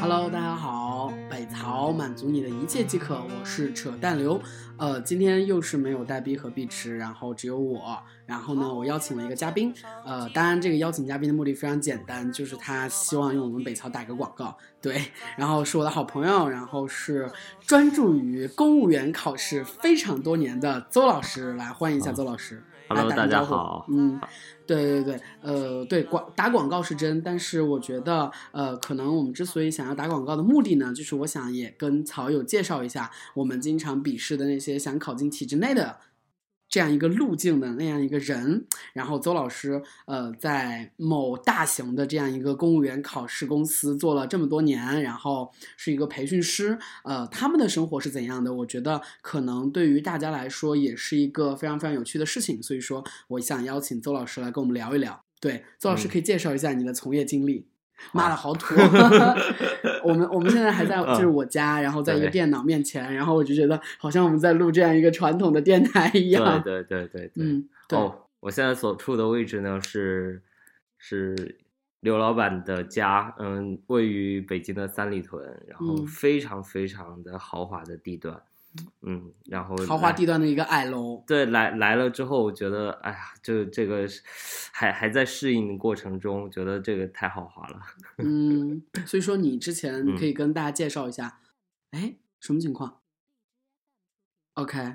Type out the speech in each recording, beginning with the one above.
Hello， 大家好，北曹满足你的一切即可，我是扯淡刘。今天又是没有带逼和碧池，然后只有我。然后呢，我邀请了一个嘉宾。当然这个邀请嘉宾的目的非常简单，就是他希望用我们北曹打个广告。对，然后是我的好朋友，然后是专注于公务员考试非常多年的邹老师，来欢迎一下邹老师。 Hello， 大家好。 对，打广告是真，但是我觉得，可能我们之所以想要打广告的目的呢，就是我想也跟曹友介绍一下我们经常鄙视的那些想考进体制内的这样一个路径的那样一个人。然后邹老师在某大型的这样一个公务员考试公司做了这么多年，然后是一个培训师。他们的生活是怎样的，我觉得可能对于大家来说也是一个非常非常有趣的事情，所以说我想邀请邹老师来跟我们聊一聊。对，邹老师可以介绍一下你的从业经历。妈的好土我们现在还在就是我家，然后在一个电脑面前，然后我就觉得好像我们在录这样一个传统的电台一样。 对，对。 对。 我现在所处的位置呢是刘老板的家，位于北京的三里屯，然后非常非常的豪华的地段。然后豪华地段的一个矮楼。 对，来了之后，我觉得，哎呀，这个还在适应过程中，觉得这个太豪华了。 所以说你之前可以跟大家介绍一下，什么情况 ？OK，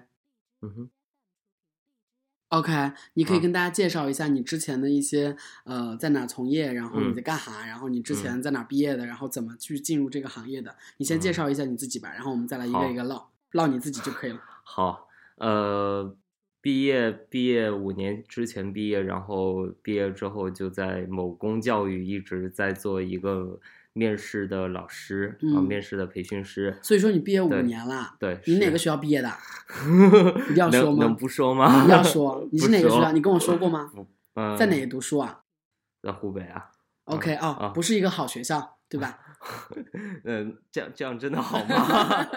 你可以跟大家介绍一下你之前的一些在哪从业，然后你在干啥，然后你之前在哪毕业的，然后怎么去进入这个行业的。你先介绍一下你自己吧，然后我们再来一个一个唠你自己就可以了。 好，毕业5年之前毕业，然后毕业之后就在某公教育一直在做一个面试的老师，面试的培训师。 所以说你毕业5年了。 对。 你哪个学校毕业的？一定要说吗？ 能不说吗？ 一定要说。你是哪个学校？你跟我说过吗？在哪里读书啊？ 在湖北啊。 OK 不是一个好学校，对吧？ 这样真的好吗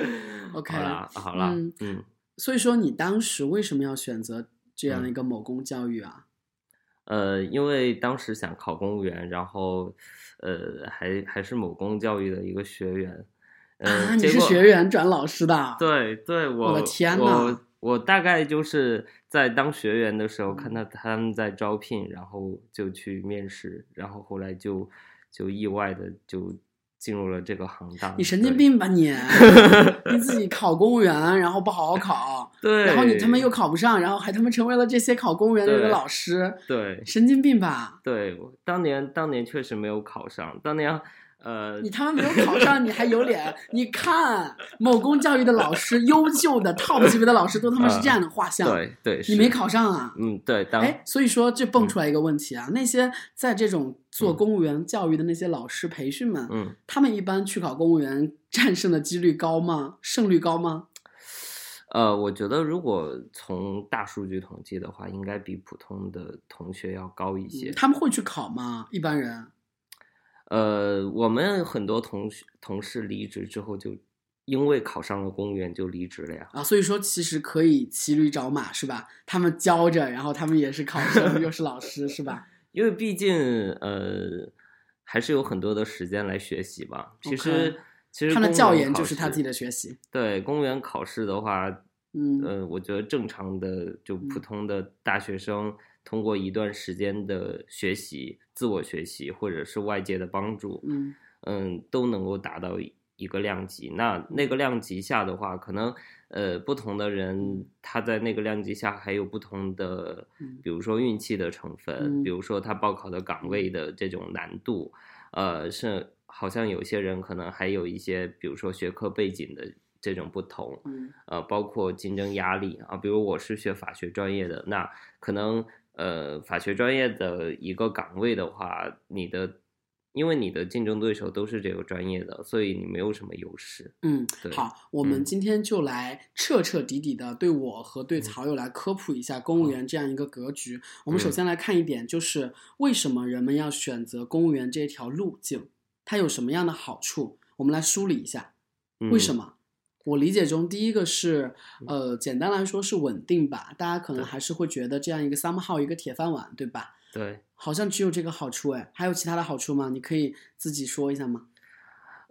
？OK， 好啦。 所以说你当时为什么要选择这样一个某公教育啊？ 因为当时想考公务员，然后还是某公教育的一个学员。 你是学员转老师的？ 对， 我的天哪！ 我大概就是在当学员的时候看到他们在招聘，然后就去面试，然后后来就意外的就进入了这个行当。 你神经病吧你？你自己考公务员，然后不好好考， 对， 然后你他们又考不上，然后还他们成为了这些考公务员的人的老师， 对， 神经病吧？ 对，当年确实没有考上，当年你他们没有考上，你还有脸？你看某公教育的老师，优秀的 top 级别的老师都他妈是这样的画像。 对， 你没考上啊？ 对。 所以说这蹦出来一个问题啊，那些在这种做公务员教育的那些老师培训们，他们一般去考公务员战胜的几率高吗？胜率高吗？ 我觉得如果从大数据统计的话，应该比普通的同学要高一些。 他们会去考吗？一般人？ 我们很多同事离职之后，就因为考上了公务员就离职了呀。 所以说其实可以骑驴找马是吧？他们教着，然后他们也是考生，又是老师是吧？ 因为毕竟还是有很多的时间来学习吧。其实他的教研就是他自己的学习。 对，公务员考试的话，我觉得正常的就普通的大学生通过一段时间的学习、自我学习或者是外界的帮助，都能够达到一个量级。那个量级下的话，可能不同的人他在那个量级下还有不同的，比如说运气的成分，比如说他报考的岗位的这种难度，是好像有些人可能还有一些，比如说学科背景的这种不同，包括竞争压力啊。比如我是学法学专业的，那可能法学专业的一个岗位的话，因为你的竞争对手都是这个专业的，所以你没有什么优势。 好，我们今天就来彻彻底底的对我和对曹友来科普一下公务员这样一个格局。我们首先来看一点，就是为什么人们要选择公务员这条路径，它有什么样的好处？我们来梳理一下，为什么？我理解中，第一个是，简单来说是稳定吧，大家可能还是会觉得这样一个 somehow 一个铁饭碗，对吧？ 对， 好像只有这个好处，还有其他的好处吗？你可以自己说一下吗？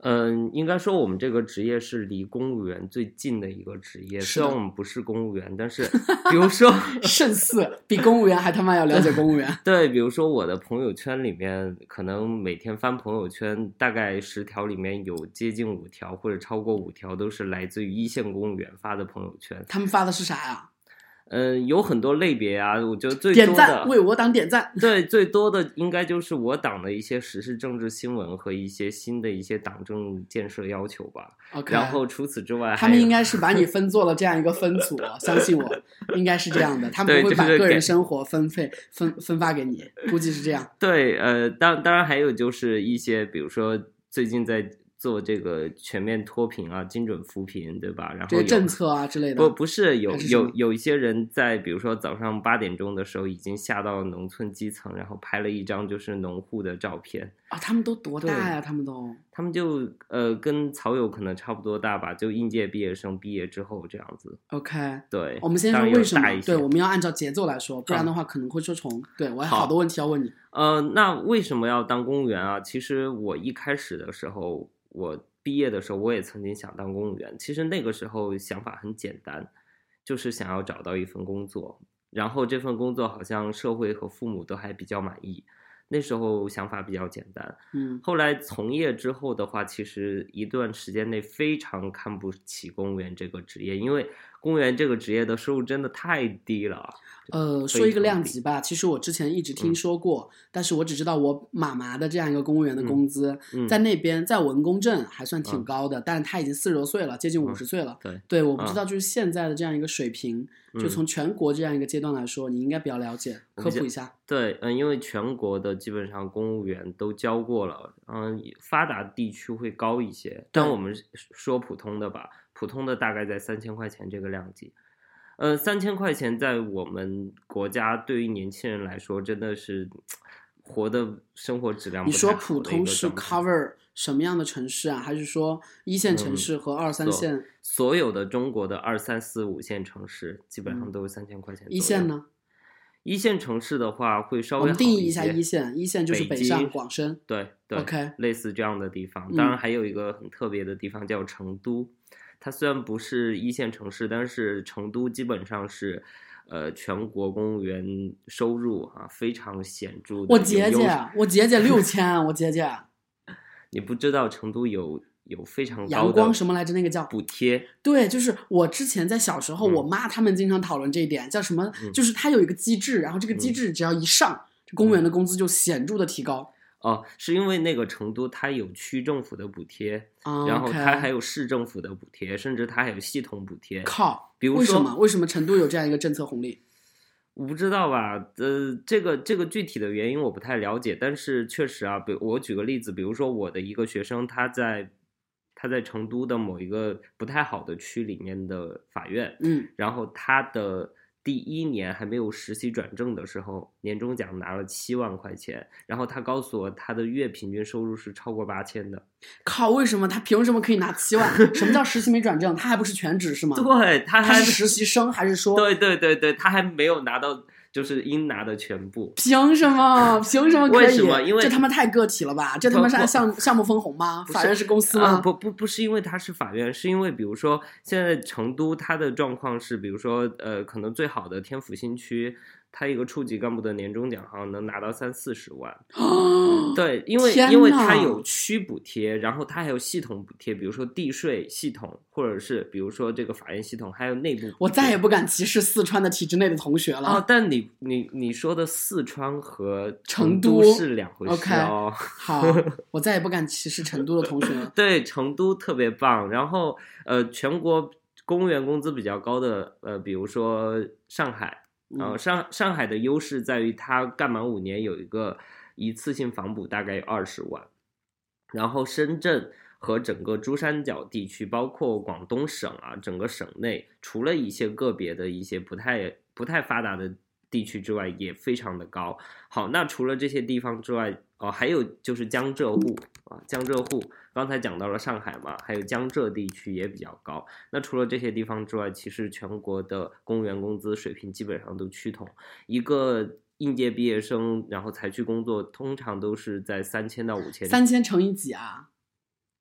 应该说我们这个职业是离公务员最近的一个职业。虽然我们不是公务员，但是比如说胜似比公务员还他妈要了解公务员。 对，比如说我的朋友圈里面，可能每天翻朋友圈，大概10条里面有接近5条或者超过5条都是来自于一线公务员发的朋友圈。 他们发的是啥呀？ 有很多类别啊，我觉得最多的点赞，为我党点赞。 对，最多的应该就是我党的一些时事政治新闻和一些新的一些党政建设要求吧。 Okay, 然后除此之外， 他们应该是把你分做了这样一个分组，相信我，应该是这样的。他们不会把个人生活分发给你，估计是这样。 对，当然还有就是一些，比如说最近在做这个全面脱贫啊，精准扶贫，对吧？然后这些政策啊之类的。 不是有一些人在，比如说早上8点钟的时候已经下到农村基层，然后拍了一张就是农户的照片啊。他们都多大呀？他们就跟曹友可能差不多大吧，就应届毕业生毕业之后这样子。 OK， 对， 我们先说为什么？对，我们要按照节奏来说，不然的话可能会说重。对，我还有好多问题要问你。 那为什么要当公务员啊？其实我一开始的时候，我毕业的时候我也曾经想当公务员，其实那个时候想法很简单，就是想要找到一份工作，然后这份工作好像社会和父母都还比较满意，那时候想法比较简单。后来从业之后的话，其实一段时间内非常看不起公务员这个职业，因为公务员这个职业的收入真的太低了。 说一个量级吧，其实我之前一直听说过，但是我只知道我妈妈的这样一个公务员的工资，在那边在文公镇还算挺高的，但是他已经40多岁了，接近50岁了。对，我不知道就是现在的这样一个水平，就从全国这样一个阶段来说，你应该比较了解，科普一下。 对，因为全国的基本上公务员都教过了，发达地区会高一些，但我们说普通的吧，普通的大概在3000块钱这个量级。3000块钱在我们国家对于年轻人来说真的是活的生活质量不太好的一个状态。 你说普通是 cover 什么样的城市啊？还是说1线城市和2、3线？ 所有的中国的2、3、4、5线城市基本上都是3000块钱左右。 1线呢 ？1线城市的话会稍微好一些。 我们定义一下1线，1线就是北上广深。 对 OK， 类似这样的地方。当然还有一个很特别的地方叫成都。它虽然不是1线城市，但是成都基本上是，全国公务员收入非常显著的。 我姐姐6000，我姐姐。 你不知道成都有非常高的阳光什么来着？那个叫补贴。 对，就是我之前在小时候，我妈他们经常讨论这一点，叫什么？就是它有一个机制，然后这个机制只要一上，公务员的工资就显著的提高。 是因为那个成都它有区政府的补贴，然后它还有市政府的补贴，甚至它还有系统补贴。 靠， 比如说为什么成都有这样一个政策红利？ 我不知道吧，这个具体的原因我不太了解，但是确实啊，我举个例子，比如说我的一个学生，他在成都的某一个不太好的区里面的法院，然后他的第1年还没有实习转正的时候，年终奖拿了7万块钱，然后他告诉我他的月平均收入是超过8000的。 靠，为什么他凭什么可以拿7万？什么叫实习没转正？他还不是全职是吗？ 对，他是实习生还是说？ 对，他还没有拿到就是应拿的全部。 凭什么可以？ 为什么？因为这他妈太个体了吧？这他妈是按项目分红吗？法院是公司吗？ 不是因为他是法院，是因为比如说现在成都它的状况是，比如说可能最好的天府新区，他一个处级干部的年终奖好像能拿到30-40万。对，因为他有区补贴，然后他还有系统补贴，比如说地税系统，或者是比如说这个法院系统，还有内部补贴。 我再也不敢歧视四川的体制内的同学了。 但你说的四川和成都是2回事哦。Okay, 好，我再也不敢歧视成都的同学了。 对，成都特别棒。然后全国公务员工资比较高的比如说上海。上海的优势在于它干满5年有一个一次性房补，大概有20万。然后深圳和整个珠三角地区，包括广东省啊，整个省内，除了一些个别的一些不太发达的地区之外，也非常的高。好，那除了这些地方之外，还有就是江浙沪啊，江浙沪刚才讲到了上海嘛，还有江浙地区也比较高。那除了这些地方之外，其实全国的公务员工资水平基本上都趋同。一个应届毕业生，然后才去工作，通常都是在3000到5000。 3000乘以几啊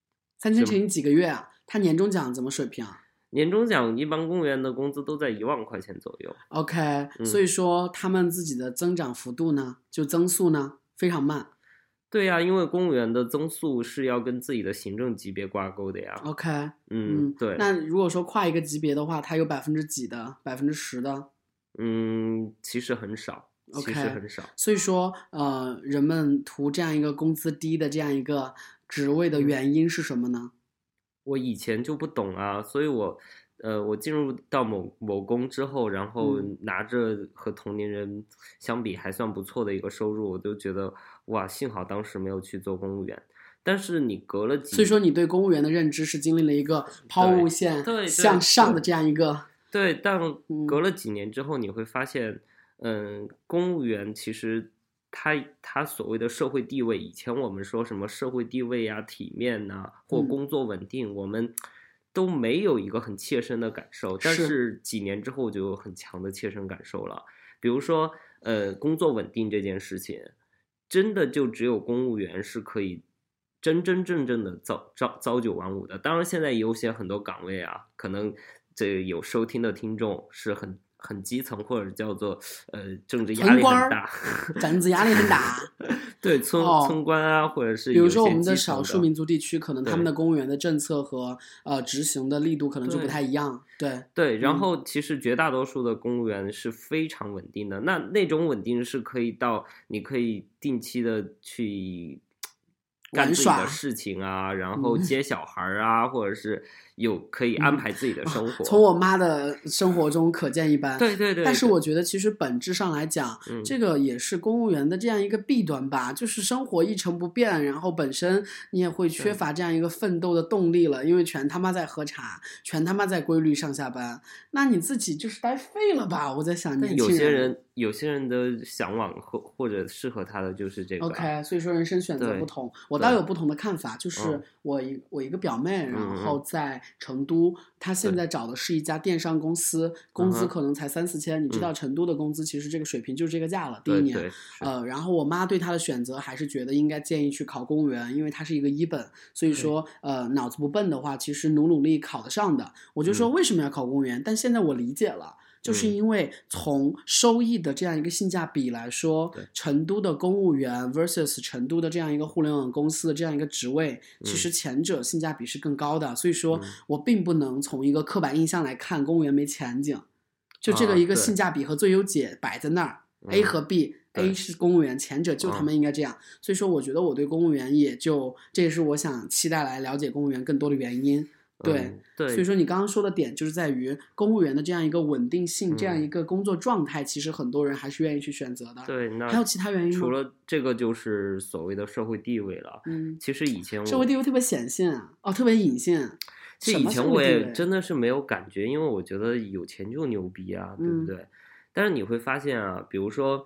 3000乘以几个月啊？他年终奖怎么水平啊？ 年终奖一般公务员的工资都在1万块钱左右。 OK，所以说他们自己的增长幅度呢，就增速呢非常慢。 对呀，因为公务员的增速是要跟自己的行政级别挂钩的呀。 OK， 对。 那如果说跨一个级别的话，它有几的10%的？ 其实很少。其实很少。 所以说，人们图这样一个工资低的这样一个职位的原因是什么呢？ 我以前就不懂啊，所以我进入到某工之后，然后拿着和同龄人相比还算不错的一个收入，我就觉得哇，幸好当时没有去做公务员。但是你隔了所以说你对公务员的认知是经历了一个抛物线向上的这样一个。 对，但隔了几年之后，你会发现，公务员其实他所谓的社会地位，以前我们说什么社会地位啊、体面啊，或工作稳定，我们都没有一个很切身的感受。但是几年之后就有很强的切身感受了。比如说，工作稳定这件事情，真的就只有公务员是可以真真正正的朝九晚五的。当然，现在也有些很多岗位啊，可能这有收听的听众是很基层，或者叫做政治压力很大， 政治压力很大。 对，村官啊，或者是比如说我们的少数民族地区，可能他们的公务员的政策和执行的力度可能就不太一样。对， 然后其实绝大多数的公务员是非常稳定的，那种稳定是可以到你可以定期的去干自己的事情啊，然后接小孩啊，或者是可以安排自己的生活。 从我妈的生活中可见一斑。 对。 但是我觉得其实本质上来讲，这个也是公务员的这样一个弊端吧，就是生活一成不变，然后本身你也会缺乏这样一个奋斗的动力了，因为全他妈在喝茶，全他妈在规律上下班，那你自己就是呆废了吧？我在想年轻人。 有些人的向往或者适合他的就是这个。 OK， 所以说人生选择不同，我倒有不同的看法，就是我一个表妹，然后在成都，她现在找的是一家电商公司，工资可能才3-4千，你知道成都的工资其实这个水平就是这个价了，第一年。然后我妈对她的选择还是觉得应该建议去考公务员，因为她是一个一本，所以说脑子不笨的话，其实努力考得上的。我就说为什么要考公务员？但现在我理解了。就是因为从收益的这样一个性价比来说，成都的公务员 versus 成都的这样一个互联网公司的这样一个职位，其实前者性价比是更高的。所以说我并不能从一个刻板印象来看公务员没前景，就这个一个性价比和最优解摆在那儿，A 和 B。A 是公务员，前者就他们应该这样。所以说我觉得我对公务员这也是我想期待来了解公务员更多的原因。对，所以说你刚刚说的点就是在于公务员的这样一个稳定性，这样一个工作状态，其实很多人还是愿意去选择的。 对，那还有其他原因吗？ 除了这个，就是所谓的社会地位了。其实以前社会地位特别显性特别隐性。 其实以前我也真的是没有感觉，因为我觉得有钱就牛逼啊，对不对？但是你会发现啊，比如说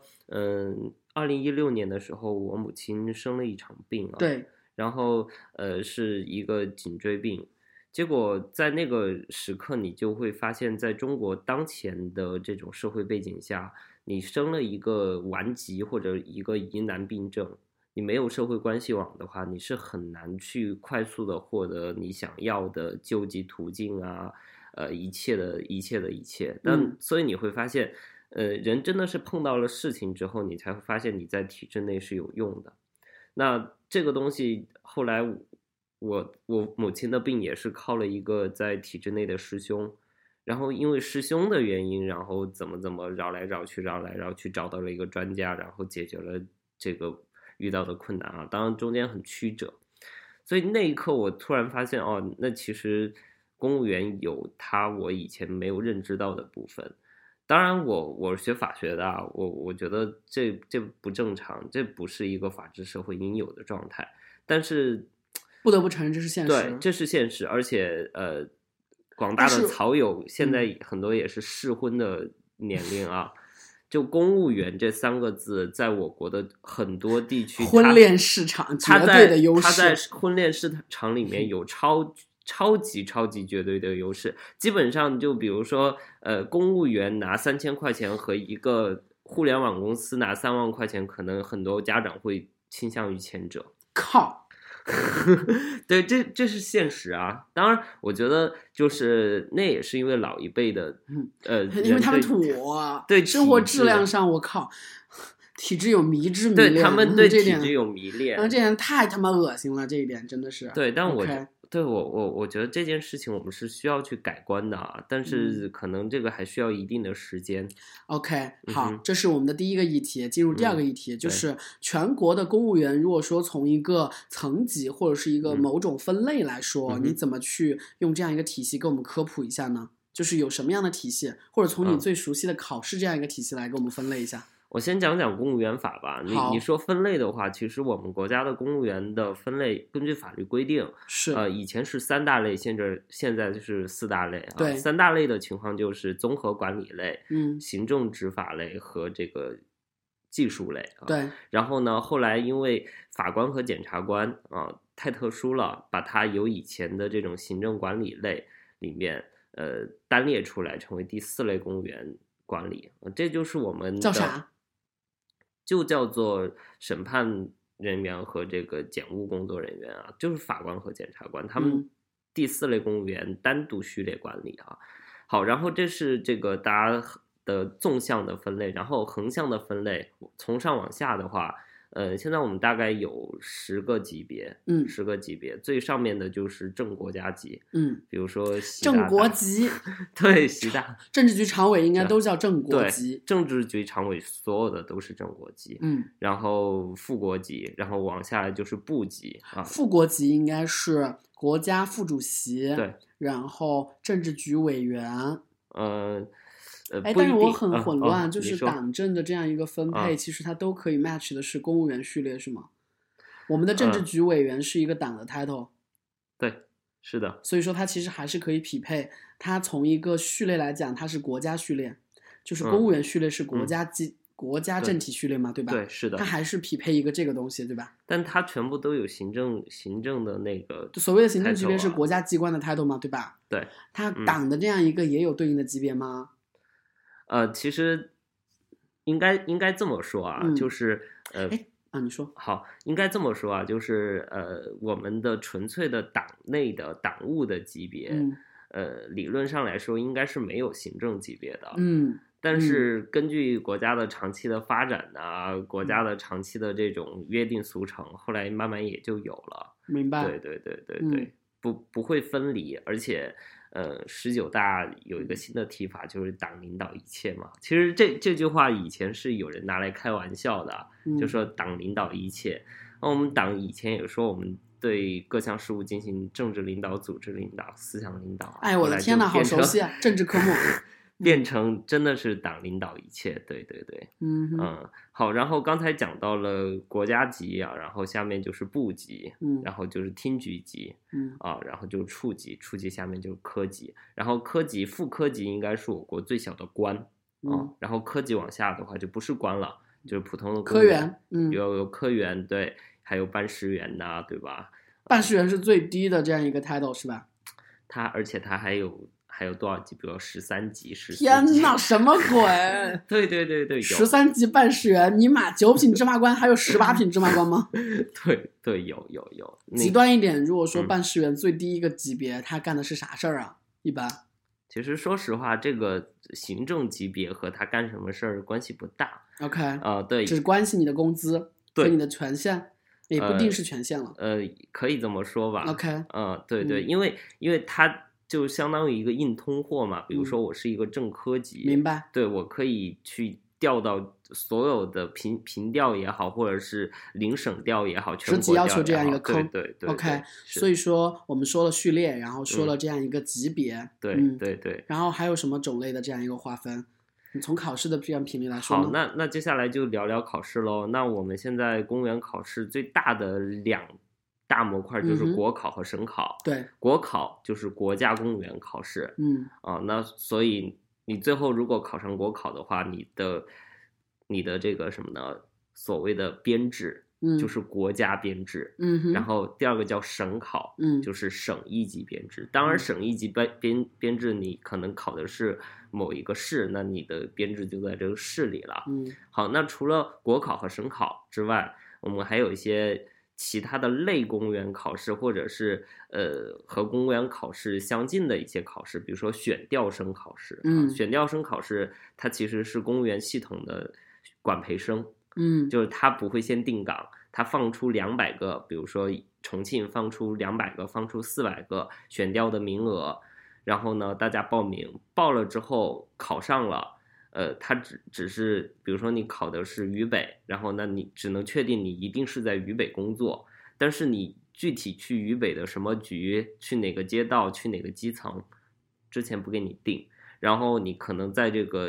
，2016年的时候，我母亲生了一场病啊， 对， 然后是一个颈椎病。结果在那个时刻，你就会发现，在中国当前的这种社会背景下，你生了一个顽疾或者一个疑难病症，你没有社会关系网的话，你是很难去快速的获得你想要的救济途径啊，一切的一切。但所以你会发现，人真的是碰到了事情之后，你才会发现你在体制内是有用的。那这个东西后来。我母亲的病也是靠了一个在体制内的师兄，然后因为师兄的原因，然后怎么绕来绕去找到了一个专家，然后解决了这个遇到的困难啊。当然中间很曲折，所以那一刻我突然发现那其实公务员有我以前没有认知到的部分。当然我是学法学的啊，我觉得这不正常，这不是一个法治社会应有的状态，但是。 不得不承认这是现实。 对，这是现实，而且广大的草友现在很多也是适婚的年龄啊。就公务员这3个字，在我国的很多地区， 婚恋市场绝对的优势， 它在婚恋市场里面有超级绝对的优势。基本上就比如说公务员拿3000块钱和一个互联网公司拿3万块钱，可能很多家长会倾向于前者。 靠！ 对，这是现实啊。当然，我觉得就是那也是因为老一辈的， 因为他们土， 对生活质量上，我靠，体质有迷之迷恋， 对他们对体质有迷恋， 这点太他妈恶心了，这一点真的是。 对，但我觉得这件事情我们是需要去改观的啊，但是可能这个还需要一定的时间。 OK， 好，这是我们的第一个议题，进入第二个议题，就是全国的公务员，如果说从一个层级或者是一个某种分类来说，你怎么去用这样一个体系给我们科普一下呢？就是有什么样的体系，或者从你最熟悉的考试这样一个体系来给我们分类一下。 我先讲讲公务员法吧。你说分类的话，其实我们国家的公务员的分类，根据法律规定是以前是3大类，现在就是4大类啊。 对 ，3大类的情况就是综合管理类、行政执法类和这个技术类啊。 对。 然后呢，后来因为法官和检察官啊太特殊了，把它由以前的这种行政管理类里面单列出来，成为第4类公务员管理。这就是我们的叫啥？ 就叫做审判人员和这个检务工作人员啊，就是法官和检察官，他们第4类公务员单独序列管理啊。好，然后这是这个大家的纵向的分类，然后横向的分类，从上往下的话，现在我们大概有10个级别，10个级别，最上面的就是正国家级，比如说正国级， 对，习大政治局常委应该都叫正国级， 政治局常委所有的都是正国级，然后副国级，然后往下来就是部级啊， 副国级应该是国家副主席， 对， 然后政治局委员， 但是我很混乱，就是党政的这样一个分配，其实它都可以 match 的是公务员序列是吗？我们的政治局委员是一个党的 title， 对，是的， 所以说它其实还是可以匹配，它从一个序列来讲，它是国家序列，就是公务员序列是国家政体序列嘛，对吧？ 对，是的， 它还是匹配一个这个东西，对吧？ 但它全部都有行政的那个， 所谓的行政级别是国家机关的 title 嘛，对吧？ 对， 它党的这样一个也有对应的级别吗？ 其实应该这么说啊，就是你说好，应该这么说啊，就是我们的纯粹的党内的党务的级别，理论上来说应该是没有行政级别的，但是根据国家的长期的发展啊，国家的长期的这种约定俗成，后来慢慢也就有了。 明白。 对，不会分离，而且19大有一个新的提法，就是党领导一切嘛。其实这句话以前是有人拿来开玩笑的，就说党领导一切。那我们党以前也说我们对各项事务进行政治领导、组织领导、思想领导。 哎，我的天哪，好熟悉啊！政治科目变成真的是党领导一切，对，好，然后刚才讲到了国家级啊，然后下面就是部级，然后就是厅局级，然后就是处级，处级下面就是科级，然后科级、副科级应该是我国最小的官然后科级往下的话就不是官了，就是普通的科员， 有科员，对，还有办事员呐，对吧？ 办事员是最低的这样一个 title 是吧？ 而且他还有多少级？比如13级、14级。 天哪，什么鬼？ 对 ，13级办事员，尼玛9品芝麻官还有18品芝麻官吗？ 对，有。 极端一点，如果说办事员最低一个级别，他干的是啥事儿啊？一般。 其实说实话，这个行政级别和他干什么事儿关系不大。 OK， 对， 只关系你的工资和你的权限，也不一定是权限了。 可以这么说吧。 OK， 对，因为它就相当于一个硬通货嘛。比如说我是一个正科级， 明白？ 对，我可以去调到所有的平调也好，或者是领省调也好，全国职级要求这样一个坑。 对 OK， 所以说我们说了序列，然后说了这样一个级别。 对。 然后还有什么种类的这样一个划分？你从考试的这样频率来说呢？ 好，那接下来就聊聊考试喽。那我们现在公务员考试最大的2大模块就是国考和省考。 对， 国考就是国家公务员考试。那所以你最后如果考上国考的话，你的这个什么呢？所谓的编制，就是国家编制。然后第2个叫省考，就是省一级编制。当然，省一级编制你可能考的是某一个市，那你的编制就在这个市里了。好，那除了国考和省考之外，我们还有一些其他的类公务员考试，或者是和公务员考试相近的一些考试，比如说选调生考试。选调生考试它其实是公务员系统的管培生。就是他不会先定岗，他放出200个，比如说重庆放出200个，放出400个选调的名额，然后呢，大家报名，报了之后考上了，他只是，比如说你考的是渝北，然后呢，你只能确定你一定是在渝北工作，但是你具体去渝北的什么局，去哪个街道，去哪个基层，之前不给你定，然后你可能在这个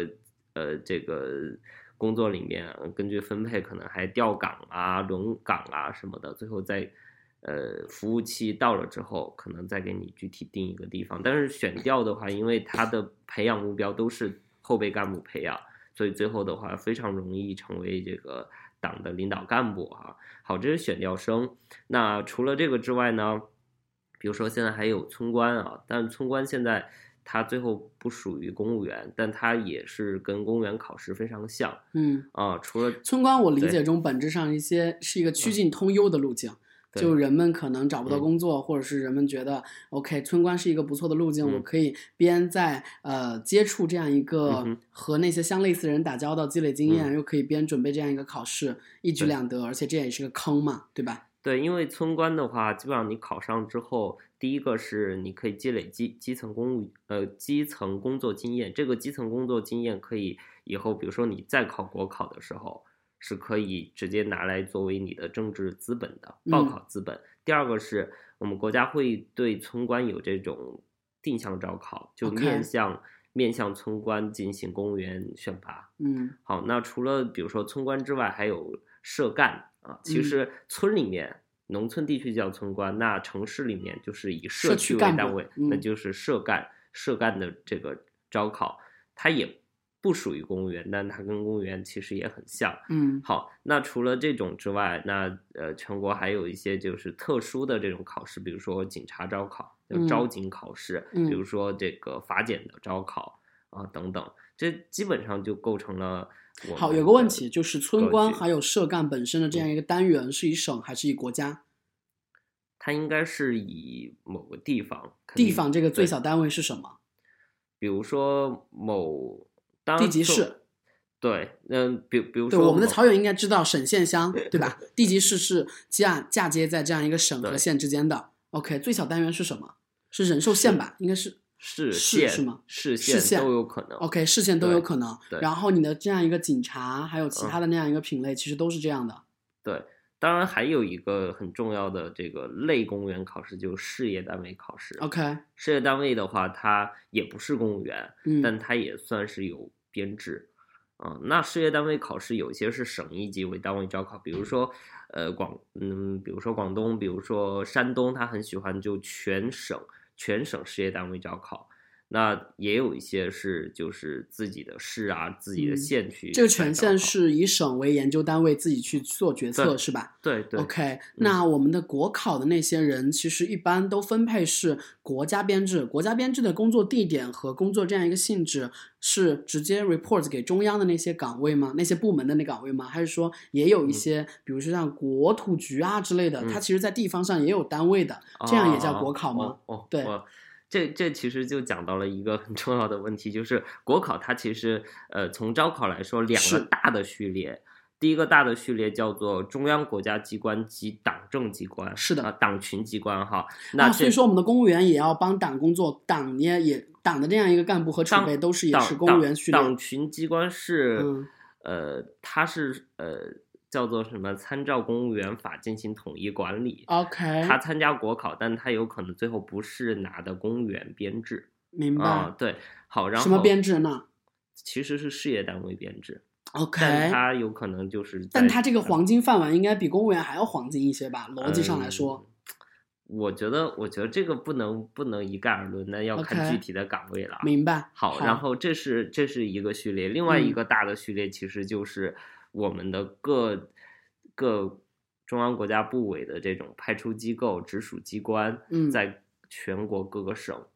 工作里面根据分配可能还调岗啊、轮岗啊什么的，最后在服务期到了之后，可能再给你具体定一个地方。但是选调的话，因为它的培养目标都是后备干部培养，所以最后的话非常容易成为这个党的领导干部啊。好，这是选调生。那除了这个之外呢，比如说现在还有村官啊，但村官现在它最后不属于公务员，但它也是跟公务员考试非常像。除了村官，我理解中本质上是一个趋近通优的路径。就人们可能找不到工作，或者是人们觉得 OK 村官是一个不错的路径，我可以边在接触这样一个和那些相类似的人打交道，积累经验，又可以边准备这样一个考试，一举两得，而且这也是个坑嘛，对吧？ 对，因为村官的话，基本上你考上之后，第一个是你可以积累基层工作经验，这个基层工作经验可以以后比如说你再考国考的时候是可以直接拿来作为你的政治资本的报考资本。第二个是我们国家会对村官有这种定向招考，就面向村官进行公务员选拔。好，那除了比如说村官之外，还有社干啊。其实村里面农村地区叫村官，那城市里面就是以社区为单位，那就是社干的这个招考，它也不属于公务员，但它跟公务员其实也很像。好，那除了这种之外，那全国还有一些就是特殊的这种考试，比如说警察招考，招警考试，比如说这个法检的招考啊等等，这基本上就构成了。 好，有个问题就是村官还有社干本身的这样一个单元是以省还是以国家？ 它应该是以某个地方这个最小单位是什么？ 比如说某地级市。 对，比如说对，我们的曹友应该知道省县乡，对吧？地级市是嫁接在这样一个省和县之间的。OK， 最小单元是什么？是人寿县吧？应该是市是吗？ 市县都有可能。 OK， 市县都有可能。然后你的这样一个警察，还有其他的那样一个品类，其实都是这样的。 对，当然还有一个很重要的这个类公务员考试，就是事业单位考试。 OK， 事业单位的话，它也不是公务员，但它也算是有编制。那事业单位考试有些是省一级为单位招考，比如说比如说广东，比如说山东，他很喜欢就全省事业单位招考。那也有一些是就是自己的市啊，自己的县区。 这个权限是以省为研究单位自己去做决策，是吧？ 对。 OK，那我们的国考的那些人，其实一般都分配是国家编制。国家编制的工作地点和工作这样一个性质，是直接 report 给中央的那些岗位吗？那些部门的那岗位吗？还是说也有一些，比如说像国土局啊之类的，它其实在地方上也有单位的，这样也叫国考吗？对。 这其实就讲到了一个很重要的问题，就是国考它其实从招考来说两个大的序列，第一个大的序列叫做中央国家机关及党政机关， 是的， 党群机关哈。 所以说我们的公务员也要帮党工作，党的这样一个干部和储备也是公务员序列。 党群机关是它是叫做什么？参照公务员法进行统一管理。 OK， 他参加国考，但他有可能最后不是拿的公务员编制。 明白。 对，好，然后什么编制呢？ 其实是事业单位编制。 OK， 但他有可能就是但他这个黄金饭碗应该比公务员还要黄金一些吧？逻辑上来说。 我觉得这个不能一概而论，那要看具体的岗位了。 明白。 好，然后这是一个序列，另外一个大的序列其实就是我们的各中央国家部委的这种派出机构、直属机关，在全国各个省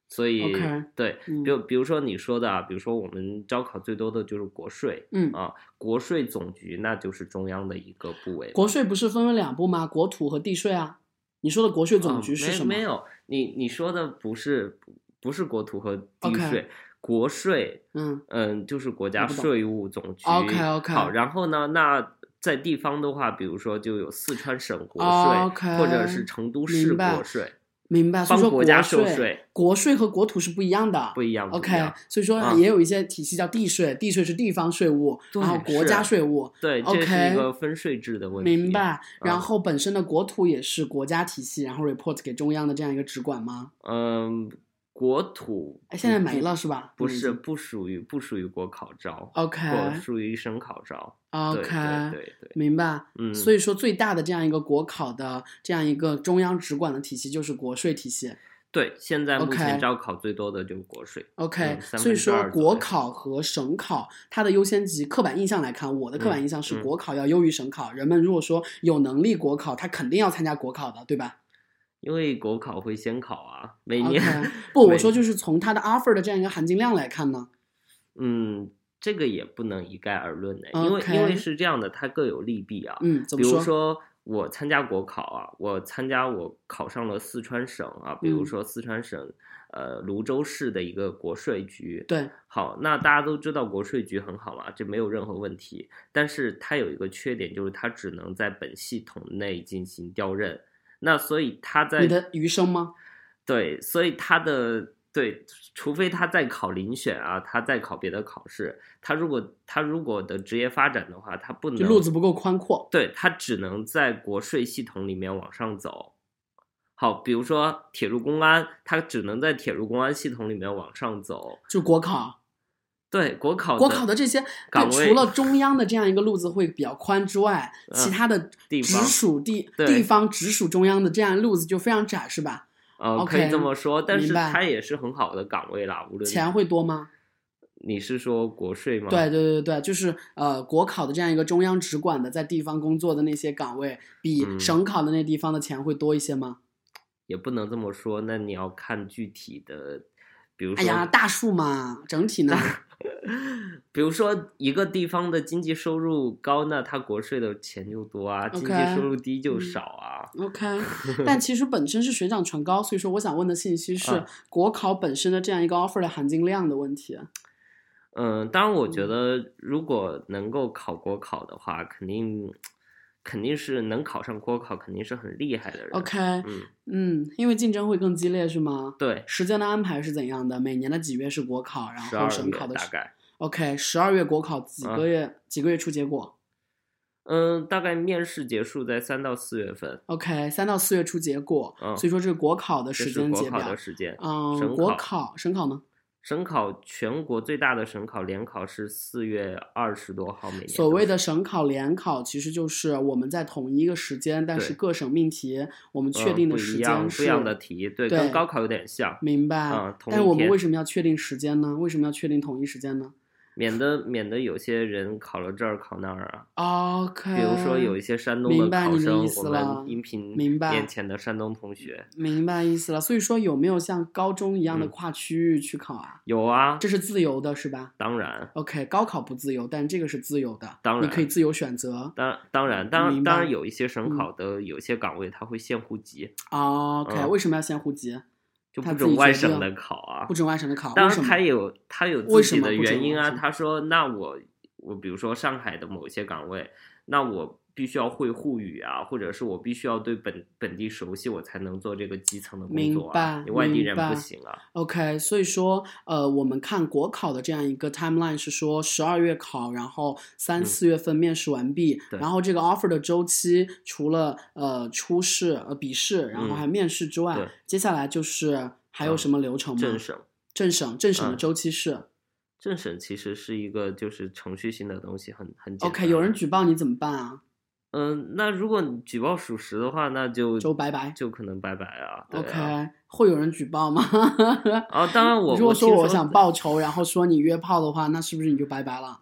所以 OK 对，比如说你说的啊，比如说我们招考最多的就是国税，国税总局那就是中央的一个部委。 国税不是分为2部吗？国土和地税啊。你说的国税总局是什么？ 没有，你说的不是国土和地税，国税，就是国家税务总局。 OK。 好，然后呢，那在地方的话，比如说就有四川省国税，或者是成都市国税。 明白，所以说国家收税， 国税和国土是不一样的， 不一样。 OK， 所以说也有一些体系叫地税，地税是地方税务，然后国家税务， 对， OK， 这是一个分税制的问题。 明白。然后本身的国土也是国家体系，然后 report 给中央的这样一个直管吗？ 国土现在没了是吧？ 不是，不属于国考招 ，OK， 属于省考招 ，OK， 对， 明白。所以说最大的这样一个国考的这样一个中央直管的体系就是国税体系。 对，现在目前招考最多的就是国税。 OK，所以说国考和省考它的优先级，刻板印象来看，我的刻板印象是国考要优于省考。人们如果说有能力国考，他肯定要参加国考的，对吧？ 因为国考会先考啊，每年。 不，我说就是从它的 offer 的这样一个含金量来看呢。 这个也不能一概而论的，因为是这样的，它各有利弊啊。 怎么说？ 比如说我参加国考啊，我考上了四川省啊，比如说四川省泸州市的一个国税局。 对， 好，那大家都知道国税局很好嘛，这没有任何问题。但是它有一个缺点，就是它只能在本系统内进行调任。那所以他在你的余生吗？ 对，所以除非他在考遴选啊，他在考别的考试，他如果的职业发展的话，他不能， 就路子不够宽阔。 对，他只能在国税系统里面往上走。好，比如说铁路公安，他只能在铁路公安系统里面往上走。 就国考。 对，国考的这些岗位，除了中央的这样一个路子会比较宽之外，其他的直属地方直属中央的这样路子就非常窄，是吧？ 可以这么说，但是它也是很好的岗位啦。无论钱会多吗？ 你是说国税吗？ 对，就是国考的这样一个中央直管的在地方工作的那些岗位，比省考的那地方的钱会多一些吗？ 也不能这么说，那你要看具体的，比如说， 哎呀，大数嘛，整体呢？ 比如说一个地方的经济收入高，那它国税的钱就多啊，经济收入低就少啊。 OK， 但其实本身是水涨船高，所以说我想问的信息是国考本身的这样一个 offer 的含金量的问题。 当然我觉得如果能够考国考的话，肯定是能考上国考，肯定是很厉害的人。 OK， 因为竞争会更激烈是吗？ 对。 时间的安排是怎样的？每年的几月是国考，然后省考的大概。 OK， 12月国考几个月出结果？ 大概面试结束在3到4月份。 OK， 3到4月出结果。所以说这是国考的时间节表。 国考的时间。 省考呢？ 省考全国最大的省考联考是4月20多号每年。 所谓的省考联考其实就是我们在同一个时间，但是各省命题我们确定的时间是不一样的题，对，跟高考有点像。 明白。但是我们为什么要确定时间呢？为什么要确定统一时间呢？ 免得有些人考了这儿考那儿啊。OK， 比如说有一些山东的考生， 我们音频面前的山东同学。 明白意思了。所以说有没有像高中一样的跨区域去考啊？ 有啊， 这是自由的是吧？ 当然。 OK， 高考不自由，但这个是自由的， 当然你可以自由选择。 当然有一些省考的有些岗位它会限户籍。 OK， 为什么要限户籍？ 就不准外省的考啊， 不准外省的考。 当然他有自己的原因啊。他说，那我比如说上海的某一些岗位，那我必须要会沪语啊，或者是我必须要对本地熟悉，我才能做这个基层的工作啊。你外地人不行啊。 OK， 所以说我们看国考的这样一个 timeline 是说12月考，然后3、4月份面试完毕，然后这个 offer 的周期除了初试笔试，然后还面试之外，接下来就是还有什么流程吗？政省的周期是。 政审其实是一个就是程序性的东西，很简单。 OK， 有人举报你怎么办啊？ 那如果你举报属实的话，那就拜拜， 就可能拜拜啊。 OK， 会有人举报吗？ 当然如果说我想报仇，然后说你约炮的话，那是不是你就拜拜了？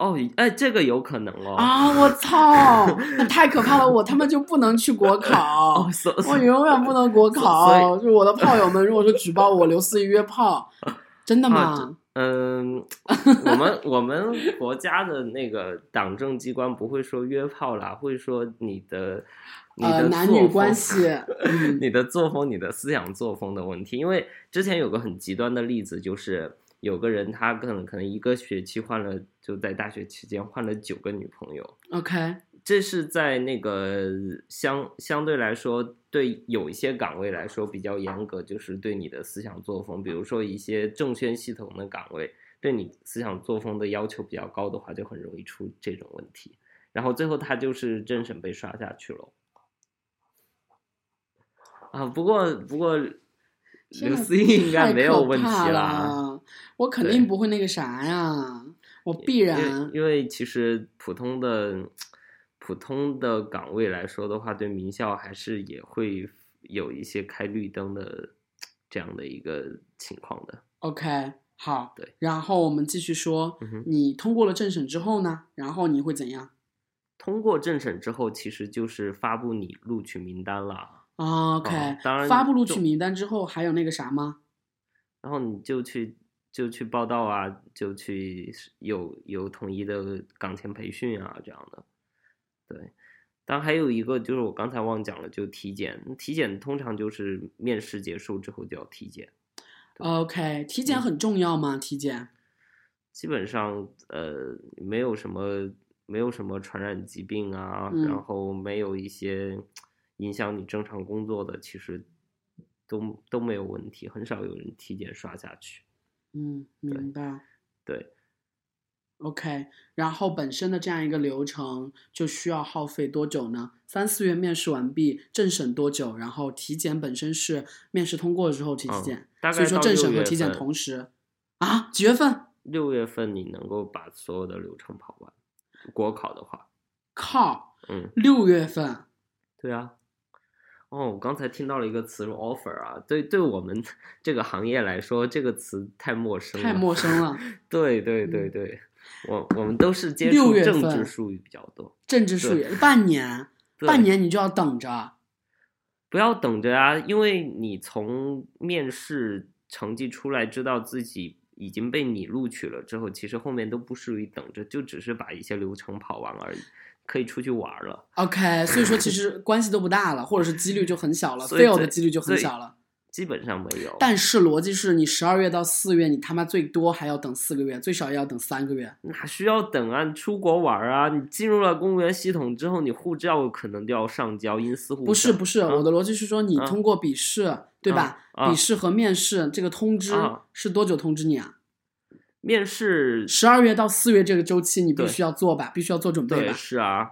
哦，哎，这个有可能哦。 啊！我操，那太可怕了！他们就不能去国考，我永远不能国考。就我的炮友们，如果说举报我刘思怡约炮，真的吗？ 我们国家的那个党政机关不会说约炮啦，会说你的男女关系， 你的作风、你的思想作风的问题。因为之前有个很极端的例子，就是有个人他可能一个学期就在大学期间换了9个女朋友。 OK， 这是在那个相对来说，对有一些岗位来说比较严格，就是对你的思想作风，比如说一些政宣系统的岗位，对你思想作风的要求比较高的话，就很容易出这种问题。然后最后他就是政审被刷下去了。啊，不过刘思怡应该没有问题啦。 我肯定不会那个啥呀，我必然。 因为其实普通的岗位来说的话，对名校还是也会有一些开绿灯的这样的一个情况的。 OK， 好， 对。 然后我们继续说，你通过了政审之后呢？然后你会怎样？ 通过政审之后，其实就是发布你录取名单了。 OK， 当然发布录取名单之后还有那个啥吗？ 然后你就去报到啊，就去有统一的岗前培训啊，这样的。对，当然还有一个就是我刚才忘讲了，就体检通常就是面试结束之后就要体检。 OK， 体检很重要吗？体检基本上没有什么传染疾病啊，然后没有一些影响你正常工作的，其实都没有问题，很少有人体检刷下去。 明白。 对 OK， 然后本身的这样一个流程就需要耗费多久呢？3、4月面试完毕，政审多久？然后体检本身是面试通过了之后体检，所以说政审和体检同时。啊？几月份 ？6月份你能够把所有的流程跑完，国考的话。 靠，6月份。 对啊。我刚才听到了一个词 offer 啊，对我们这个行业来说，这个词太陌生了。对，我们都是接触政治术语比较多。 政治术语，半年你就要等着。 不要等着啊，因为你从面试成绩出来，知道自己已经被你录取了之后，其实后面都不属于等着，就只是把一些流程跑完而已。可以出去玩了。 OK， 所以说其实关系都不大了，或者是几率就很小了，fail 的几率就很小了。 基本上没有。 但是逻辑是你12月到4月，你他妈最多还要等4个月，最少也要等3个月。 哪需要等啊？你出国玩啊！你进入了公务员系统之后，你护照可能都要上交，因私护照。 不是，我的逻辑是说，你通过笔试，对吧？笔试和面试这个通知是多久通知你啊？ 面试 12月到4月这个周期，你必须要做吧，必须要做准备吧。 对，是啊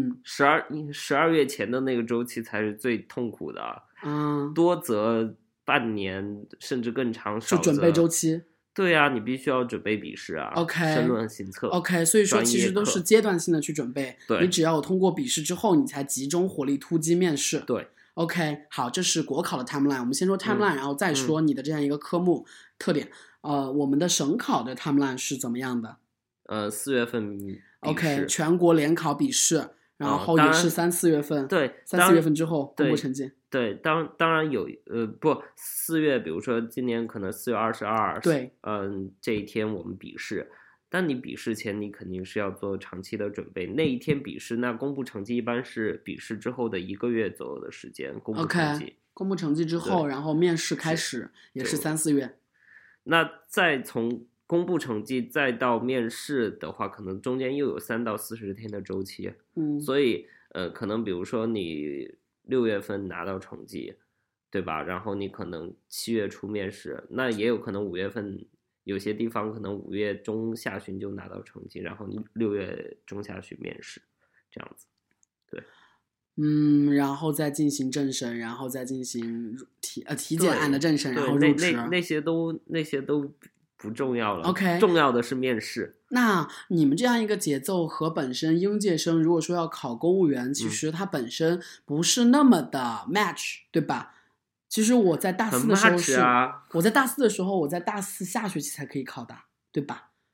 ，12月前的那个周期才是最痛苦的。多则半年甚至更长， 就准备周期。 对啊，你必须要准备笔试啊。 OK， 申论行测。 OK， 所以说其实都是阶段性的去准备。 对， 你只要有通过笔试之后，你才集中火力突击面试。 对。 OK， 好，这是国考的 timeline。我们先说 timeline，然后再说你的这样一个科目特点。我们的省考的 timeline 是怎么样的 ？4月份笔试。 OK， 全国联考笔试，然后也是3、4月份。 对 ，3、4月份之后公布成绩。 对，当然有不，4月，比如说今年可能4月22。 对， 这一天我们笔试。但你笔试前你肯定是要做长期的准备，那一天笔试，那公布成绩一般是笔试之后的1个月左右的时间公布成绩。 OK， 公布成绩之后，然后面试开始也是3、4月。 那再从公布成绩再到面试的话，可能中间又有3到40天的周期。所以可能比如说你6月份拿到成绩，对吧？然后你可能7月初面试，那也有可能5月份。有些地方可能5月中下旬就拿到成绩，然后你6月中下旬面试，这样子。对， 然后再进行政审，然后再进行体检案的政审，然后入职。 那些都不重要了。 OK， 重要的是面试。 那你们这样一个节奏和本身应届生如果说要考公务员，其实它本身不是那么的 match，对吧？其实我在大4的时候我在大4的时候，我在大4下学期才可以考的，对吧？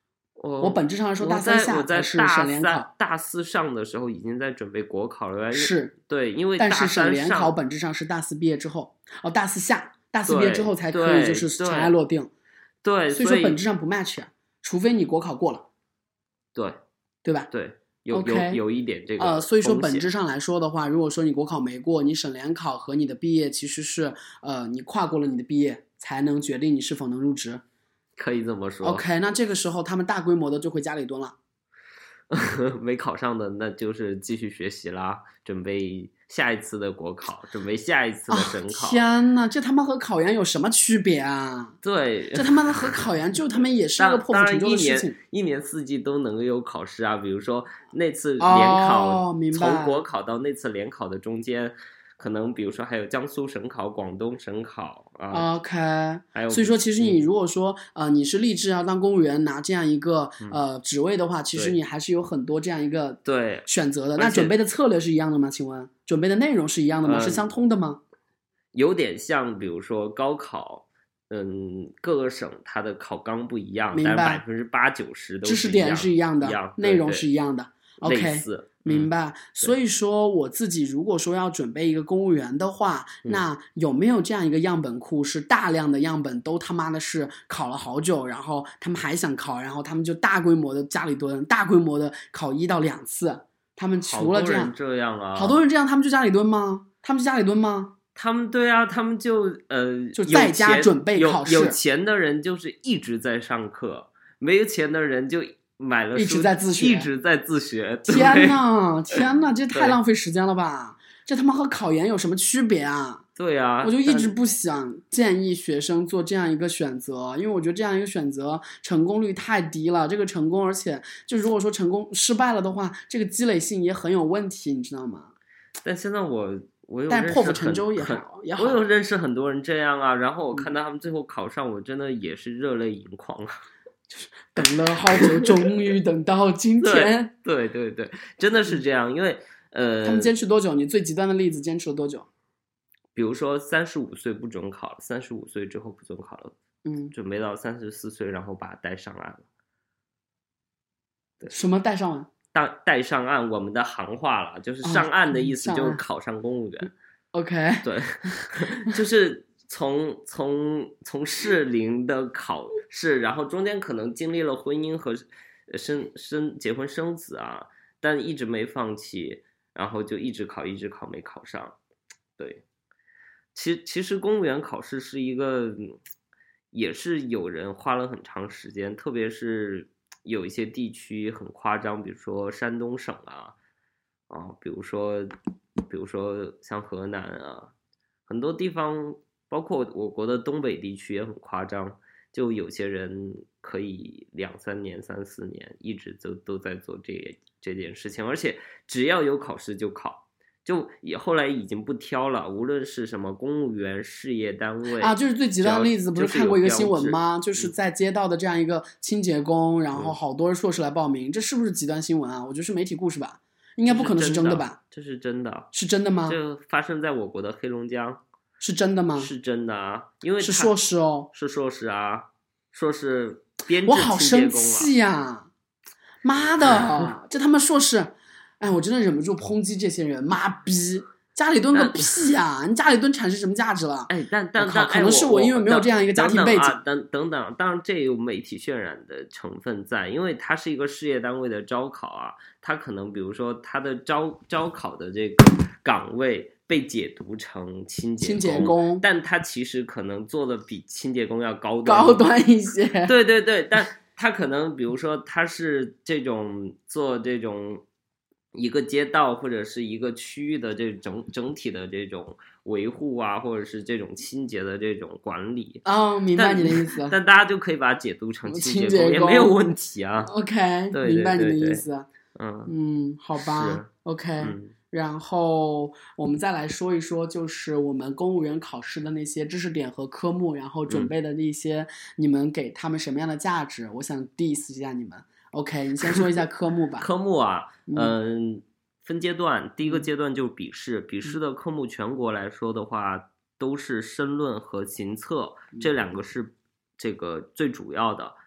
我本质上来说，大三下才是省联考。 大四上的时候已经在准备国考了。 是， 对，因为但是省联考本质上是大四毕业之后，大四下，大四毕业之后才可以就是尘埃落定。 对， 所以说本质上不 match 啊，除非你国考过了。对吧？ 对。有一点这个所以说本质上来说的话，如果说你国考没过，你省联考和你的毕业其实是你跨过了你的毕业，才能决定你是否能入职。 可以这么说。 OK， 那这个时候他们大规模的就回家里蹲了。 没考上的那就是继续学习啦，准备下一次的国考，准备下一次的省考。 天哪，这他妈和考研有什么区别啊？ 对， 这他妈的和考研就他妈也是一个破釜沉舟的事情。 一年四季都能有考试啊，比如说那次联考，从国考到那次联考的中间。可能比如说还有江苏省考、广东省考啊。 OK， 还有所以说其实你如果说你是立志要当公务员拿这样一个职位的话，其实你还是有很多这样一个选择的。那准备的策略是一样的吗？请问准备的内容是一样的吗？是相通的吗？ 有点像，比如说高考，各个省它的考纲不一样，但80%-90%都是知识点是一样的，内容是一样的。OK， 类似。 明白。所以说我自己如果说要准备一个公务员的话，那有没有这样一个样本库，是大量的样本都他妈的是考了好久，然后他们还想考，然后他们就大规模的家里蹲，大规模的考1到2次。他们除了这样啊， 好多人这样，他们就家里蹲吗？他们对啊，他们就在家准备考试。 有钱的人就是一直在上课，没有钱的人就买了书， 一直在自学。 天哪，这太浪费时间了吧！这他妈和考研有什么区别啊？ 对啊， 我就一直不想建议学生做这样一个选择，因为我觉得这样一个选择成功率太低了。这个成功，而且就如果说成功失败了的话，这个积累性也很有问题，你知道吗？ 但现在我有但破釜沉舟也好。 我有认识很多人这样啊，然后我看到他们最后考上，我真的也是热泪盈眶啊。 等了好久，终于等到今天。 对，真的是这样，因为他们坚持多久？你最极端的例子坚持了多久？ 比如说35岁不准考了，35岁之后不准考了，准备到34岁，然后把它带上岸了。对， 什么带上岸？ 带上岸，我们的行话了，就是上岸的意思，就是考上公务员。 OK， 对，就是从适龄的考试，然后中间可能经历了婚姻和结婚生子啊，但一直没放弃，然后就一直考没考上。对，其实公务员考试是一个，也是有人花了很长时间，特别是有一些地区很夸张，比如说山东省比如说像河南啊，很多地方。包括我国的东北地区也很夸张，就有些人可以2-3年、3-4年一直都在做这件事情，而且只要有考试就考，就后来已经不挑了，无论是什么公务员、事业单位啊，就是最极端的例子，不是看过一个新闻吗？就是在街道的这样一个清洁工，然后好多硕士来报名，这是不是极端新闻啊？我觉得是媒体故事吧，应该不可能是真的吧？ 这是真的， 是真的吗？ 这发生在我国的黑龙江。 是真的吗？ 是真的啊，因为是硕士哦， 是硕士啊，硕士编制我好生气呀！妈的，这他妈硕士，哎，我真的忍不住抨击这些人，妈逼，家里蹲个屁呀！你家里蹲产生什么价值了？ 哎，但可能是我因为没有这样一个家庭背景。 等等，当然这有媒体渲染的成分在，因为它是一个事业单位的招考啊，它可能比如说它的招考的这个岗位。被解读成清洁工，但他其实可能做的比清洁工要高端一些。 对，但他可能比如说他是做这种一个街道或者是一个区域的这整体的这种维护啊，或者是这种清洁的这种管理。 明白你的意思。 但大家就可以把它解读成清洁工也没有问题啊。 OK， 对， 明白你的意思。好吧。 是 OK。然后我们再来说一说，就是我们公务员考试的那些知识点和科目，然后准备的那些，你们给他们什么样的价值？我想 diss 一下你们。OK， 你先说一下科目吧。 科目啊，分阶段，第一个阶段就是笔试，笔试的科目全国来说的话，都是申论和行测，这2个是这个最主要的。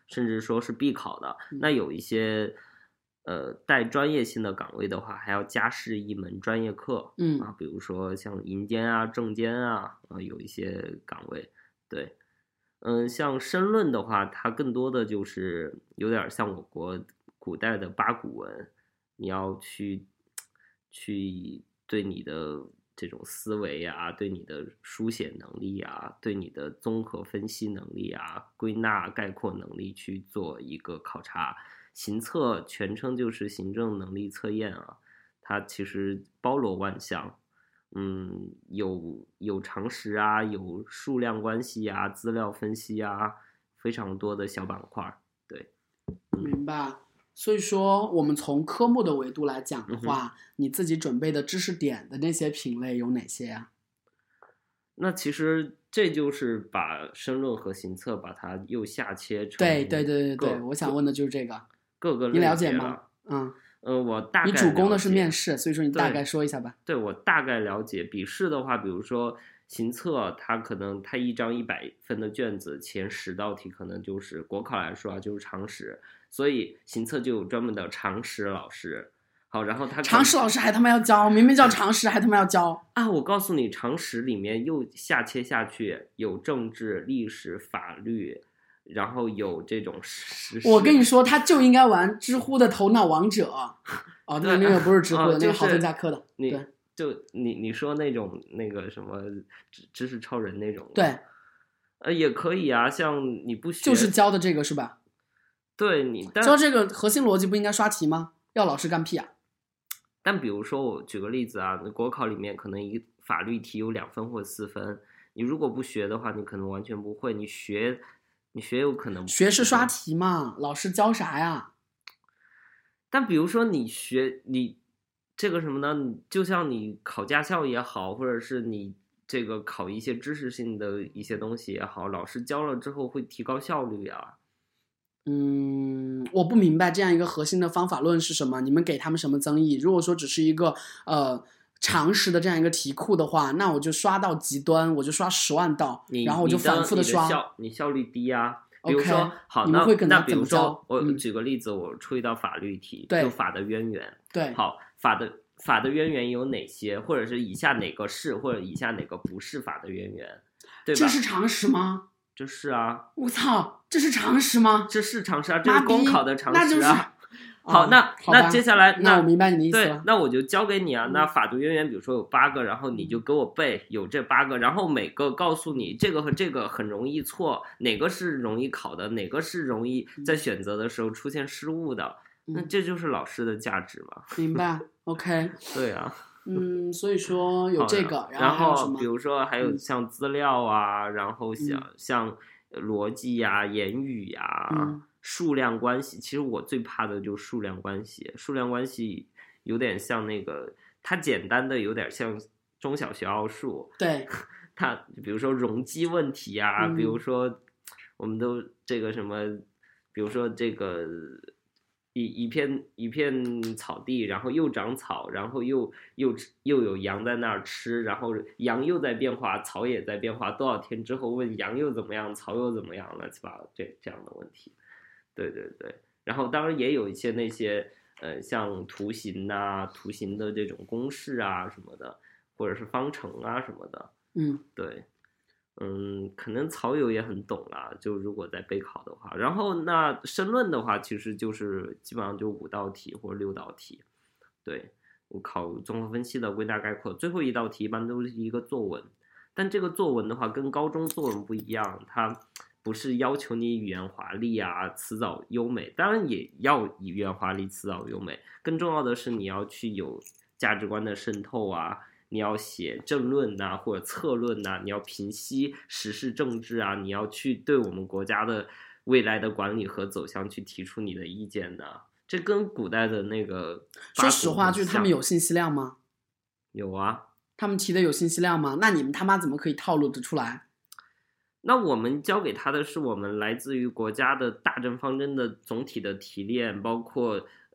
甚至说是必考的。那有一些带专业性的岗位的话，还要加试一门专业课，比如说像营监啊、政监啊，有一些岗位，对，像申论的话，它更多的就是有点像我国古代的八股文，你要去对你的这种思维啊，对你的书写能力啊，对你的综合分析能力啊，归纳概括能力去做一个考察。行测全称就是行政能力测验啊，它其实包罗万象，有常识啊，有数量关系啊，资料分析啊，非常多的小板块，对， 明白。所以说，我们从科目的维度来讲的话，你自己准备的知识点的那些品类有哪些啊？ 那其实这就是把申论和行测把它又下切成对，我想问的就是这个。 各个你了解吗？ 我大概你主攻的是面试，所以说你大概说一下吧。 对，我大概了解。笔试的话，比如说行测，它一张100分的卷子，前10道题可能就是国考来说啊，就是常识，所以行测就有专门的常识老师。好，然后常识老师还他妈要教，明明叫常识还他妈要教啊！我告诉你，常识里面又下切下去，有政治、历史、法律。然后有这种我跟你说，他就应该玩知乎的头脑王者哦，那个不是知乎的，那个好增加课的。 你说那种那个什么知识超人那种， 对， 也可以啊。像你不学， 就是教的这个是吧？ 对，你教这个核心逻辑不应该刷题吗？要老师干屁啊？ 但比如说我举个例子啊，国考里面可能一个法律题有2分或4分，你如果不学的话，你可能完全不会。你学有可能学是刷题嘛，老师教啥呀？ 但比如说你这个什么呢？就像你考驾校也好，或者是你这个考一些知识性的一些东西也好，老师教了之后会提高效率啊。 我不明白这样一个核心的方法论是什么？你们给他们什么增益？如果说只是一个常识的这样一个题库的话，那我就刷到极端，我就刷10万道，然后我就反复的刷。 你效率低啊。比如说，好， 那比如说我举个例子，我出一道法律题，就法的渊源。 对， 好，法的渊源有哪些，或者是以下哪个是，或者以下哪个不是法的渊源，对吧？ 这是常识吗？ 这是啊。 我操，这是常识吗？ 这是常识啊，这是公考的常识啊。 那就是好，那接下来那我明白你的意思了。 对，那我就教给你啊。那法的渊源，比如说有8个，然后你就给我背，有这8个，然后每个告诉你这个和这个很容易错，哪个是容易考的，哪个是容易在选择的时候出现失误的。那这就是老师的价值嘛。 明白 ？OK。 对啊。 所以说有这个， 然后比如说还有像资料啊，然后像逻辑呀、言语呀。数量关系，其实我最怕的就是数量关系。数量关系有点像那个，它简单的有点像中小学奥数。 对， 它比如说容积问题啊，比如说我们都这个什么，比如说这个一片草地，然后又长草，然后又有羊在那儿吃，然后羊又在变化，草也在变化，多少天之后问羊又怎么样，草又怎么样，乱七八糟这样的问题。对，然后当然也有一些那些像图形的这种公式啊什么的，或者是方程啊什么的。对，可能草友也很懂啦，就如果在备考的话。然后那申论的话，其实就是基本上就5道题或者6道题。对，考综合分析的归纳概括，最后一道题一般都是一个作文，但这个作文的话跟高中作文不一样，它不是要求你语言华丽啊，词藻优美，当然也要语言华丽，词藻优美。更重要的是你要去有价值观的渗透啊，你要写政论啊或者策论啊，你要评析时事政治啊，你要去对我们国家的未来的管理和走向去提出你的意见的。这跟古代的那个， 说实话，就是他们有信息量吗？ 有啊。 他们提的有信息量吗？那你们他妈怎么可以套路得出来？ 那我们教给他的是我们来自于国家的大政方针的总体的提炼，包括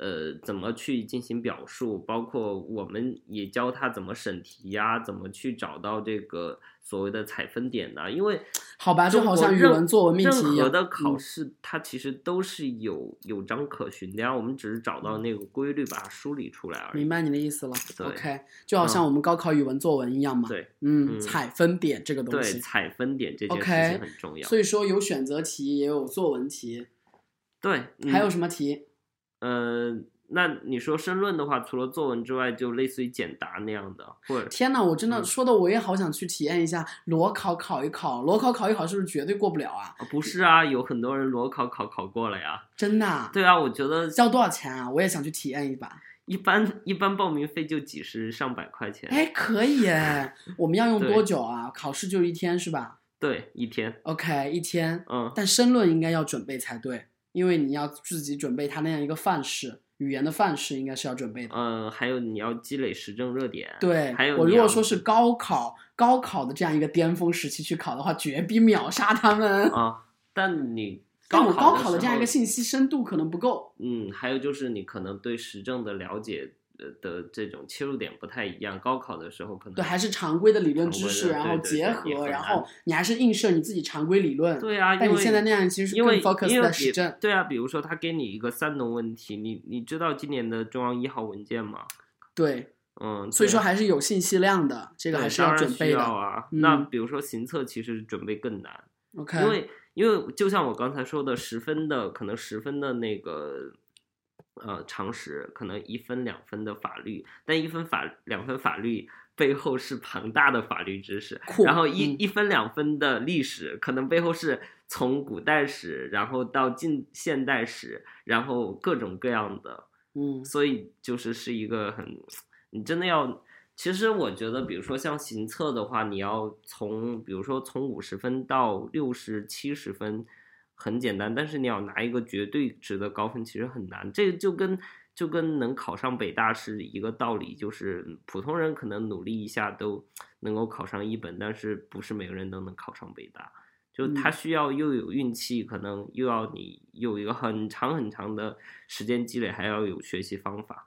怎么去进行表述，包括我们也教他怎么审题呀，怎么去找到这个所谓的采分点呢？因为好吧，就好像语文作文命题一样， 任何的考试它其实都是有章可循的呀，我们只是找到那个规律把它梳理出来而已。 明白你的意思了。OK， 就好像我们高考语文作文一样嘛。 对， 采分点这个东西， 对，采分点这件事情很重要。 所以说有选择题，也有作文题。 对， 还有什么题？ 那你说申论的话，除了作文之外，就类似于简答那样的，或者天哪，我真的说的我也好想去体验一下裸考考一考。裸考考一考是不是绝对过不了啊？ 不是啊，有很多人裸考考过了呀。 真的啊？ 对啊，我觉得交多少钱啊？我也想去体验一把。 一般报名费就几十上百块钱。 哎，可以耶。我们要用多久啊？考试就1天是吧？ 对，1天。 OK， 1天。但申论应该要准备才对，因为你要自己准备他那样一个范式。语言的范式应该是要准备的。 还有你要积累时政热点。 对， 还有我如果说是高考的这样一个巅峰时期去考的话，绝逼秒杀他们啊！但我高考的这样一个信息深度可能不够。 还有就是你可能对时政的了解的这种切入点不太一样，高考的时候可能对还是常规的理论知识，然后结合，然后你还是映射你自己常规理论。 对啊， 但你现在那样其实是更 focus 在时政。 对啊，比如说他给你一个3农问题，你知道今年的中央1号文件吗？ 对，所以说还是有信息量的，这个还是要准备的。 当然需要啊。那比如说行测其实准备更难。 OK， 因为就像我刚才说的，10分的那个常识，可能1分2分的法律，但1分2分法律背后是庞大的法律知识，然后1分2分的历史，可能背后是从古代史，然后到近现代史，然后各种各样的，所以是一个你真的要。其实我觉得，比如说像行测的话，你要比如说从50分到60、70分，很简单，但是你要拿一个绝对值的高分，其实很难。这个就跟能考上北大是一个道理，就是普通人可能努力一下都能够考上一本，但是不是每个人都能考上北大，就他需要又有运气，可能又要你有一个很长很长的时间积累，还要有学习方法。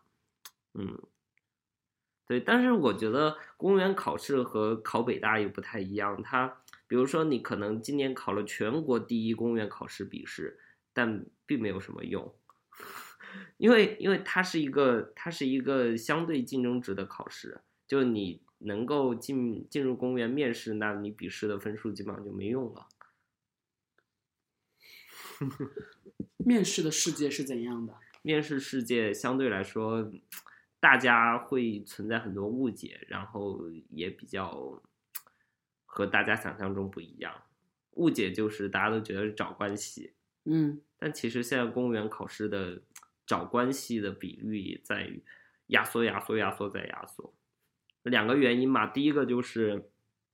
对，但是我觉得公务员考试和考北大又不太一样。比如说你可能今年考了全国第1公务员考试笔试，但并没有什么用，因为它是一个相对竞争值的考试，就你能够进入公务员面试，那你笔试的分数基本上就没用了。 面试的世界是怎样的？ 面试世界相对来说，大家会存在很多误解，然后也比较和大家想象中不一样。误解就是大家都觉得是找关系，但其实现在公务员考试的找关系的比率也在于压缩再压缩。2个原因嘛，第一个就是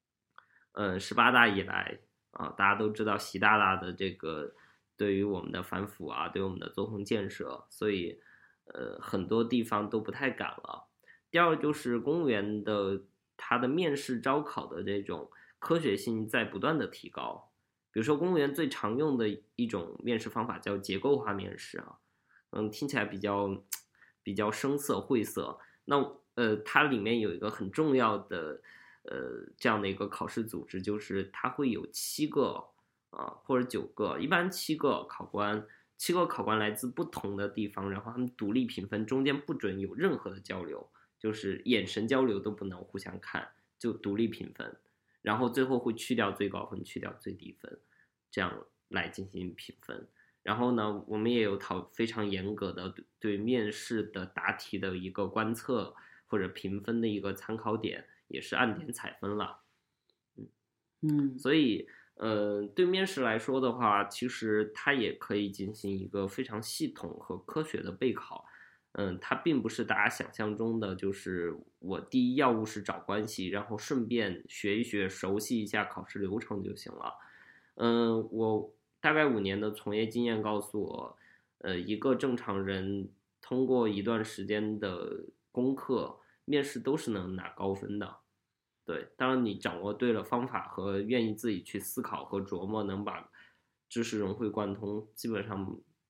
18大以来大家都知道习大大的这个对于我们的反腐啊，对我们的作风建设，所以很多地方都不太敢了。第二就是公务员他的面试招考的这种科学性在不断的提高。比如说公务员最常用的一种面试方法叫结构化面试听起来比较生涩晦涩。那它里面有一个很重要的这样的一个考试组织，就是它会有7个或者9个，一般7个考官。7个考官来自不同的地方，然后他们独立评分，中间不准有任何的交流，就是眼神交流都不能互相看，就独立评分，然后最后会去掉最高分，去掉最低分，这样来进行评分。然后呢，我们也有非常严格的对面试的答题的一个观测或者评分的一个参考点，也是按点采分了。所以对面试来说的话，其实它也可以进行一个非常系统和科学的备考。它并不是大家想象中的，就是我第一要务是找关系，然后顺便学一学、熟悉一下考试流程就行了。我大概5年的从业经验告诉我，一个正常人通过一段时间的功课，面试都是能拿高分的。对，当然你掌握对了方法和愿意自己去思考和琢磨，能把知识融会贯通，基本上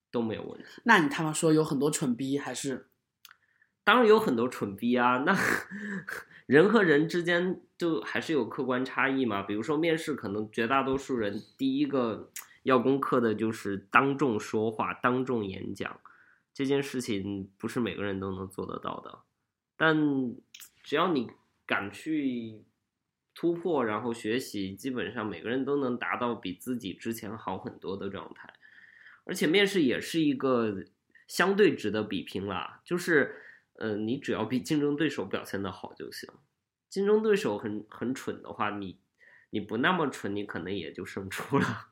都没有问题。 那你他妈说有很多蠢逼还是？ 当然有很多蠢逼啊，那人和人之间就还是有客观差异嘛。比如说面试，可能绝大多数人第一个要攻克的就是当众说话、当众演讲，这件事情不是每个人都能做得到的。但只要你敢去突破，然后学习，基本上每个人都能达到比自己之前好很多的状态。而且面试也是一个相对值的比拼啦，就是你只要比竞争对手表现得好就行。竞争对手很蠢的话，你不那么蠢，你可能也就胜出了。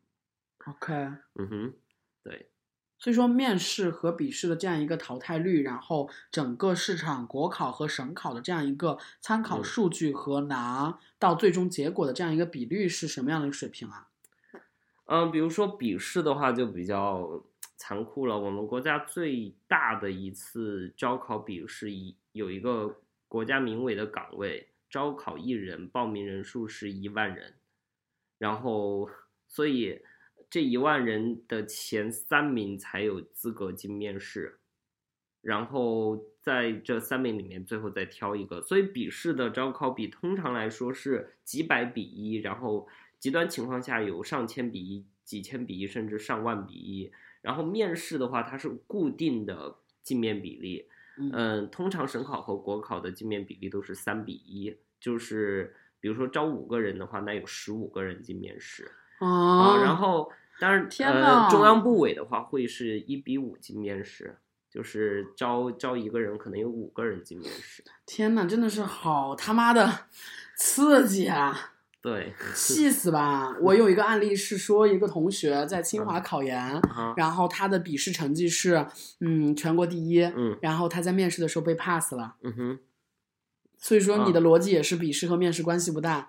OK， 嗯哼，对。 所以说面试和笔试的这样一个淘汰率，然后整个市场国考和省考的这样一个参考数据和拿到最终结果的这样一个比率是什么样的一个水平啊？ 比如说笔试的话就比较残酷了。我们国家最大的一次招考笔试有一个国家民委的岗位，招考1人，报名人数是1万人，然后所以这1万人的前3名才有资格进面试，然后在这3名里面最后再挑一个。所以笔试的招考比通常来说是几百比1，然后极端情况下有上千比1、几千比1，甚至上万比1。然后面试的话，它是固定的进面比例，通常省考和国考的进面比例都是3比1，就是比如说招5个人的话，那有15个人进面试然后当然中央部委的话会是1比5进面试，就是招1个人可能有5个人进面试。 天哪，真的是好他妈的刺激啊！ 对， 气死吧！我有一个案例是说，一个同学在清华考研，然后他的笔试成绩是全国第1，然后他在面试的时候被 pass 了。所以说你的逻辑也是笔试和面试关系不大。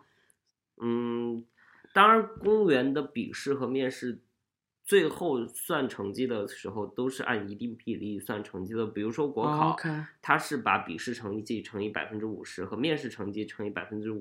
当然公务员的笔试和面试最后算成绩的时候都是按一定比例算成绩的。比如说国考，它是把笔试成绩乘以50%和面试成绩乘以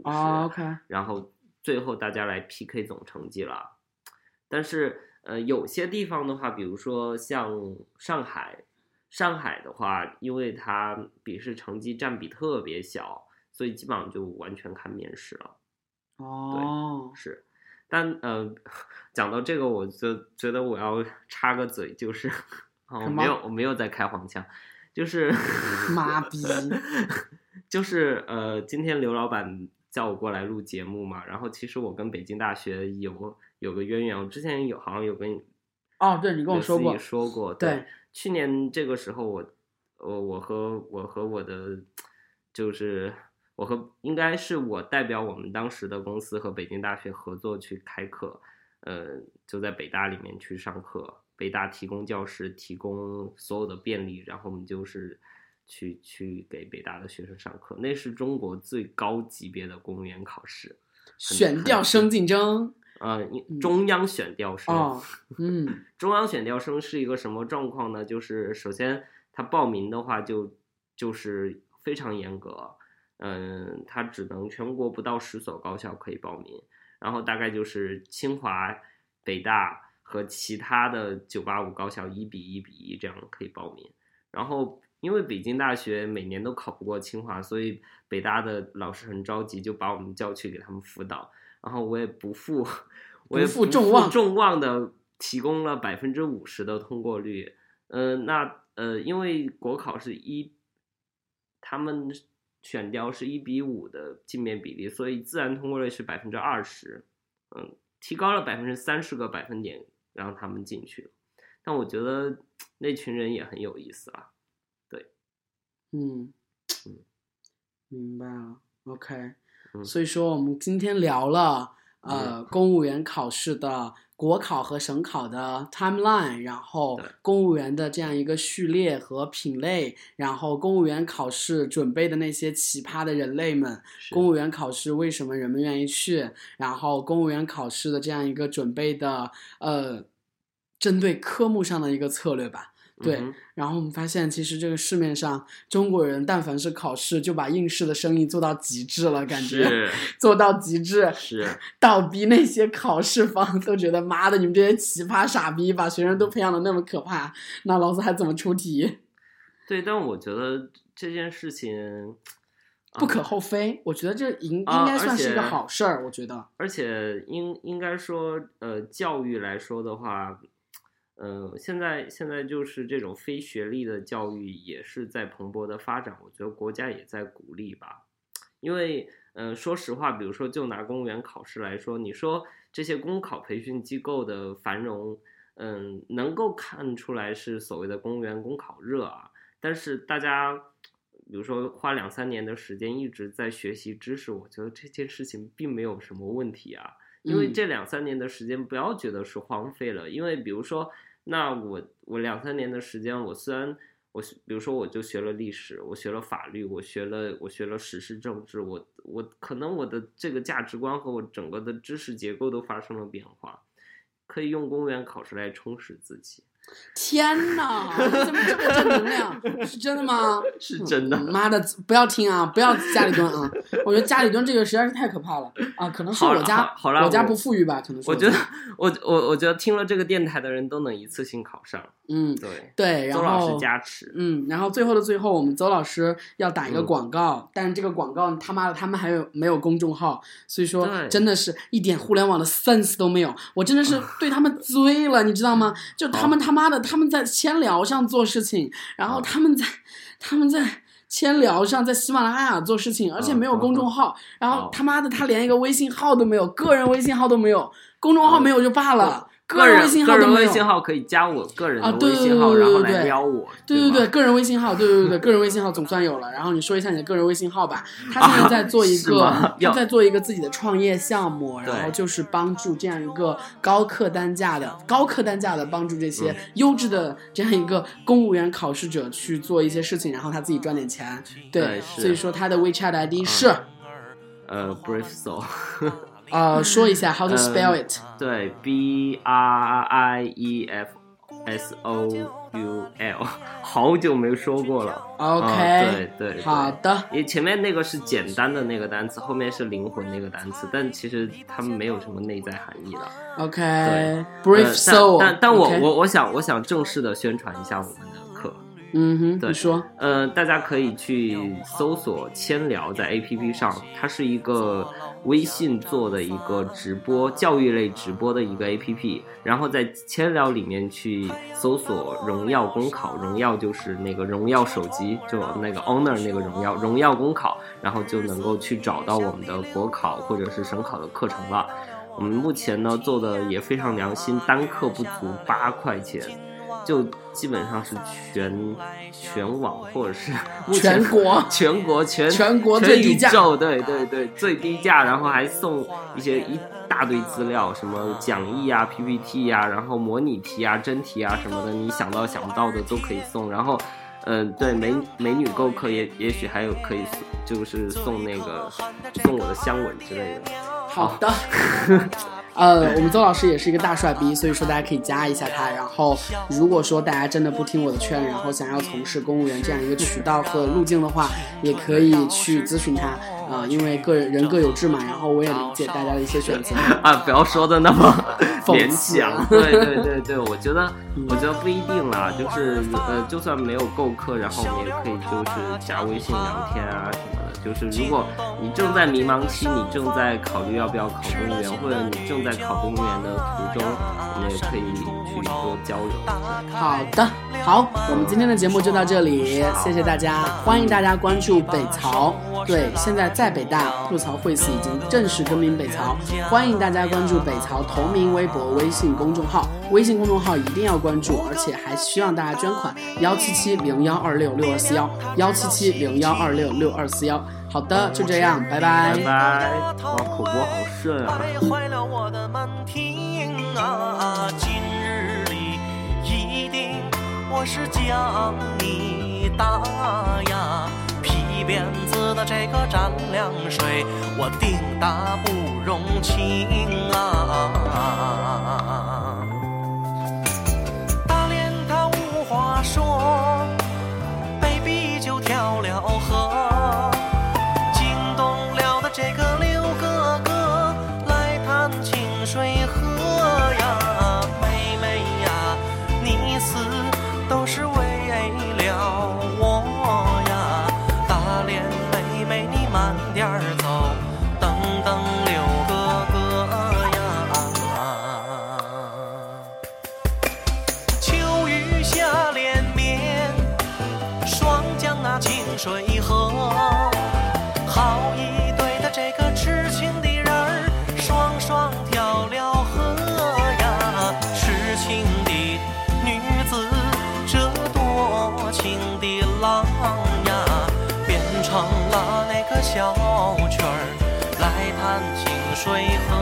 50%，然后最后大家来 PK 总成绩了。但是有些地方的话，比如说像上海的话，因为它笔试成绩占比特别小，所以基本上就完全看面试了。对，是。但讲到这个，我就觉得我要插个嘴，就是我没有在开黄腔，就是妈逼， 就是今天刘老板叫我过来录节目嘛，然后其实我跟北京大学有个渊源，我之前好像有跟你对，你跟我说过，对，去年这个时候我和我的就是应该是我代表我们当时的公司和北京大学合作去开课，就在北大里面去上课，北大提供教室，提供所有的便利，然后我们就是去给北大的学生上课。那是中国最高级别的公务员考试， 选调生竞争。 中央选调生。中央选调生是一个什么状况呢？就是首先他报名的话就是非常严格。他只能全国不到10所高校可以报名，然后大概就是清华、北大和其他的985高校1比1比1这样可以报名。然后因为北京大学每年都考不过清华，所以北大的老师很着急，就把我们叫去给他们辅导。然后我也不负众望的提供了50%的通过率。因为国考是他们选调是1比5的进面比例，所以自然通过率是20%，提高了30个百分点，让他们进去了。但我觉得那群人也很有意思啦，对， 明白了 ，OK，所以说我们今天聊了公务员考试的国考和省考的 timeline， 然后公务员的这样一个序列和品类，然后公务员考试准备的那些奇葩的人类们，公务员考试为什么人们愿意去，然后公务员考试的这样一个准备的针对科目上的一个策略吧。 对，然后我们发现其实这个市面上中国人但凡是考试就把应试的生意做到极致了，感觉做到极致， 是倒逼那些考试方都觉得妈的你们这些奇葩傻逼把学生都培养的那么可怕，那老子还怎么出题？ 对，但我觉得这件事情不可厚非，我觉得这应该算是一个好事儿，我觉得。 而且应该说，教育来说的话，现在就是这种非学历的教育也是在蓬勃的发展，我觉得国家也在鼓励吧。因为说实话，比如说就拿公务员考试来说，你说这些公考培训机构的繁荣，能够看出来是所谓的公务员公考热啊，但是大家比如说花2-3年的时间一直在学习知识，我觉得这件事情并没有什么问题啊。因为这2-3年的时间不要觉得是荒废了，因为比如说那我2-3年的时间，我虽然比如说我就学了历史，我学了法律，我学了时事政治，我可能我的这个价值观和我整个的知识结构都发生了变化，可以用公务员考试来充实自己。 天哪，你怎么这么正能量？是真的吗？ 是真的。 妈的，不要听啊，不要家里蹲啊！我觉得家里蹲这个实在是太可怕了啊！可能是我家不富裕吧，可能是。 我觉得我觉得听了这个电台的人都能一次性考上。对，然后邹老师加持。 然后最后的最后，我们邹老师要打一个广告，但是这个广告他妈的他们还没有公众号，所以说真的是一点互联网的 sense 都没有，我真的是对他们醉了，你知道吗？就他们在千聊上做事情，然后他们在千聊上在喜马拉雅做事情，而且没有公众号，然后他妈的他连一个微信号都没有，个人微信号都没有，公众号没有就罢了。个人微信号都没有， 个人微信号可以加我个人的微信号，然后来撩我。 对，个人微信号，对，个人微信号总算有了。然后你说一下你的个人微信号吧。他现在在做一个自己的创业项目，然后就是帮助这样一个高客单价的帮助这些优质的这样一个公务员考试者去做一些事情，然后他自己赚点钱。对，所以说他的 WeChat ID 是 Briefsoul。 说一下 how to spell it。 对 BRIEFSOUL， 好久没说过了。 OK， 对， 好的。 因为前面那个是简单的那个单词，后面是灵魂那个单词，但其实它们没有什么内在含义了。 OK，Briefsoul。 但我想正式的宣传一下我们的课。对， 你说。 大家可以去搜索千聊，在 APP 上，它是一个微信做的一个直播教育类直播的一个 APP， 然后在千聊里面去搜索荣耀公考，荣耀就是那个荣耀手机，就那个 Honor 那个荣耀公考，然后就能够去找到我们的国考或者是省考的课程了。我们目前呢做的也非常良心，单课不足8块钱，就基本上是全网或者是全国最低价， 对，最低价，然后还送一大堆资料，什么讲义啊 PPT 啊，然后模拟题啊真题啊什么的，你想不到的都可以送。然后对美女购课也许还有可以就是送我的香吻之类的。 好的。我们邹老师也是一个大帅逼，所以说大家可以加一下他。然后如果说大家真的不听我的劝，然后想要从事公务员这样一个渠道和路径的话，也可以去咨询他因为人各有志嘛，然后我也理解大家的一些选择不要说的那么勉强。对，我觉得不一定啦，就是就算没有购课，然后我们也可以就是加微信聊天啊什么的。就是如果你正在迷茫期，你正在考虑要不要考公务员，或者你正在考公务员的途中，我们也可以去多交流。 好的，好，我们今天的节目就到这里，谢谢大家，欢迎大家关注北曹。对，现在在北大吐槽会死已经正式更名北曹，欢迎大家关注北曹同名微博、微信公众号一定要关注，而且还希望大家捐款17701266241，17701266241。好的，就这样，拜拜。 哇，口播好顺啊！ 坏了我的门庭啊，今日里一定我是将你打呀，皮鞭子的这个蘸凉水，我定打不容情啊。大连它无话说。 走，等等六哥哥呀。秋雨下连绵，双江那清水河，好一对的这个痴情的人儿，双双跳了河呀。痴情的女子，这多情的郎呀，变成了那个小曲儿，来弹清水河。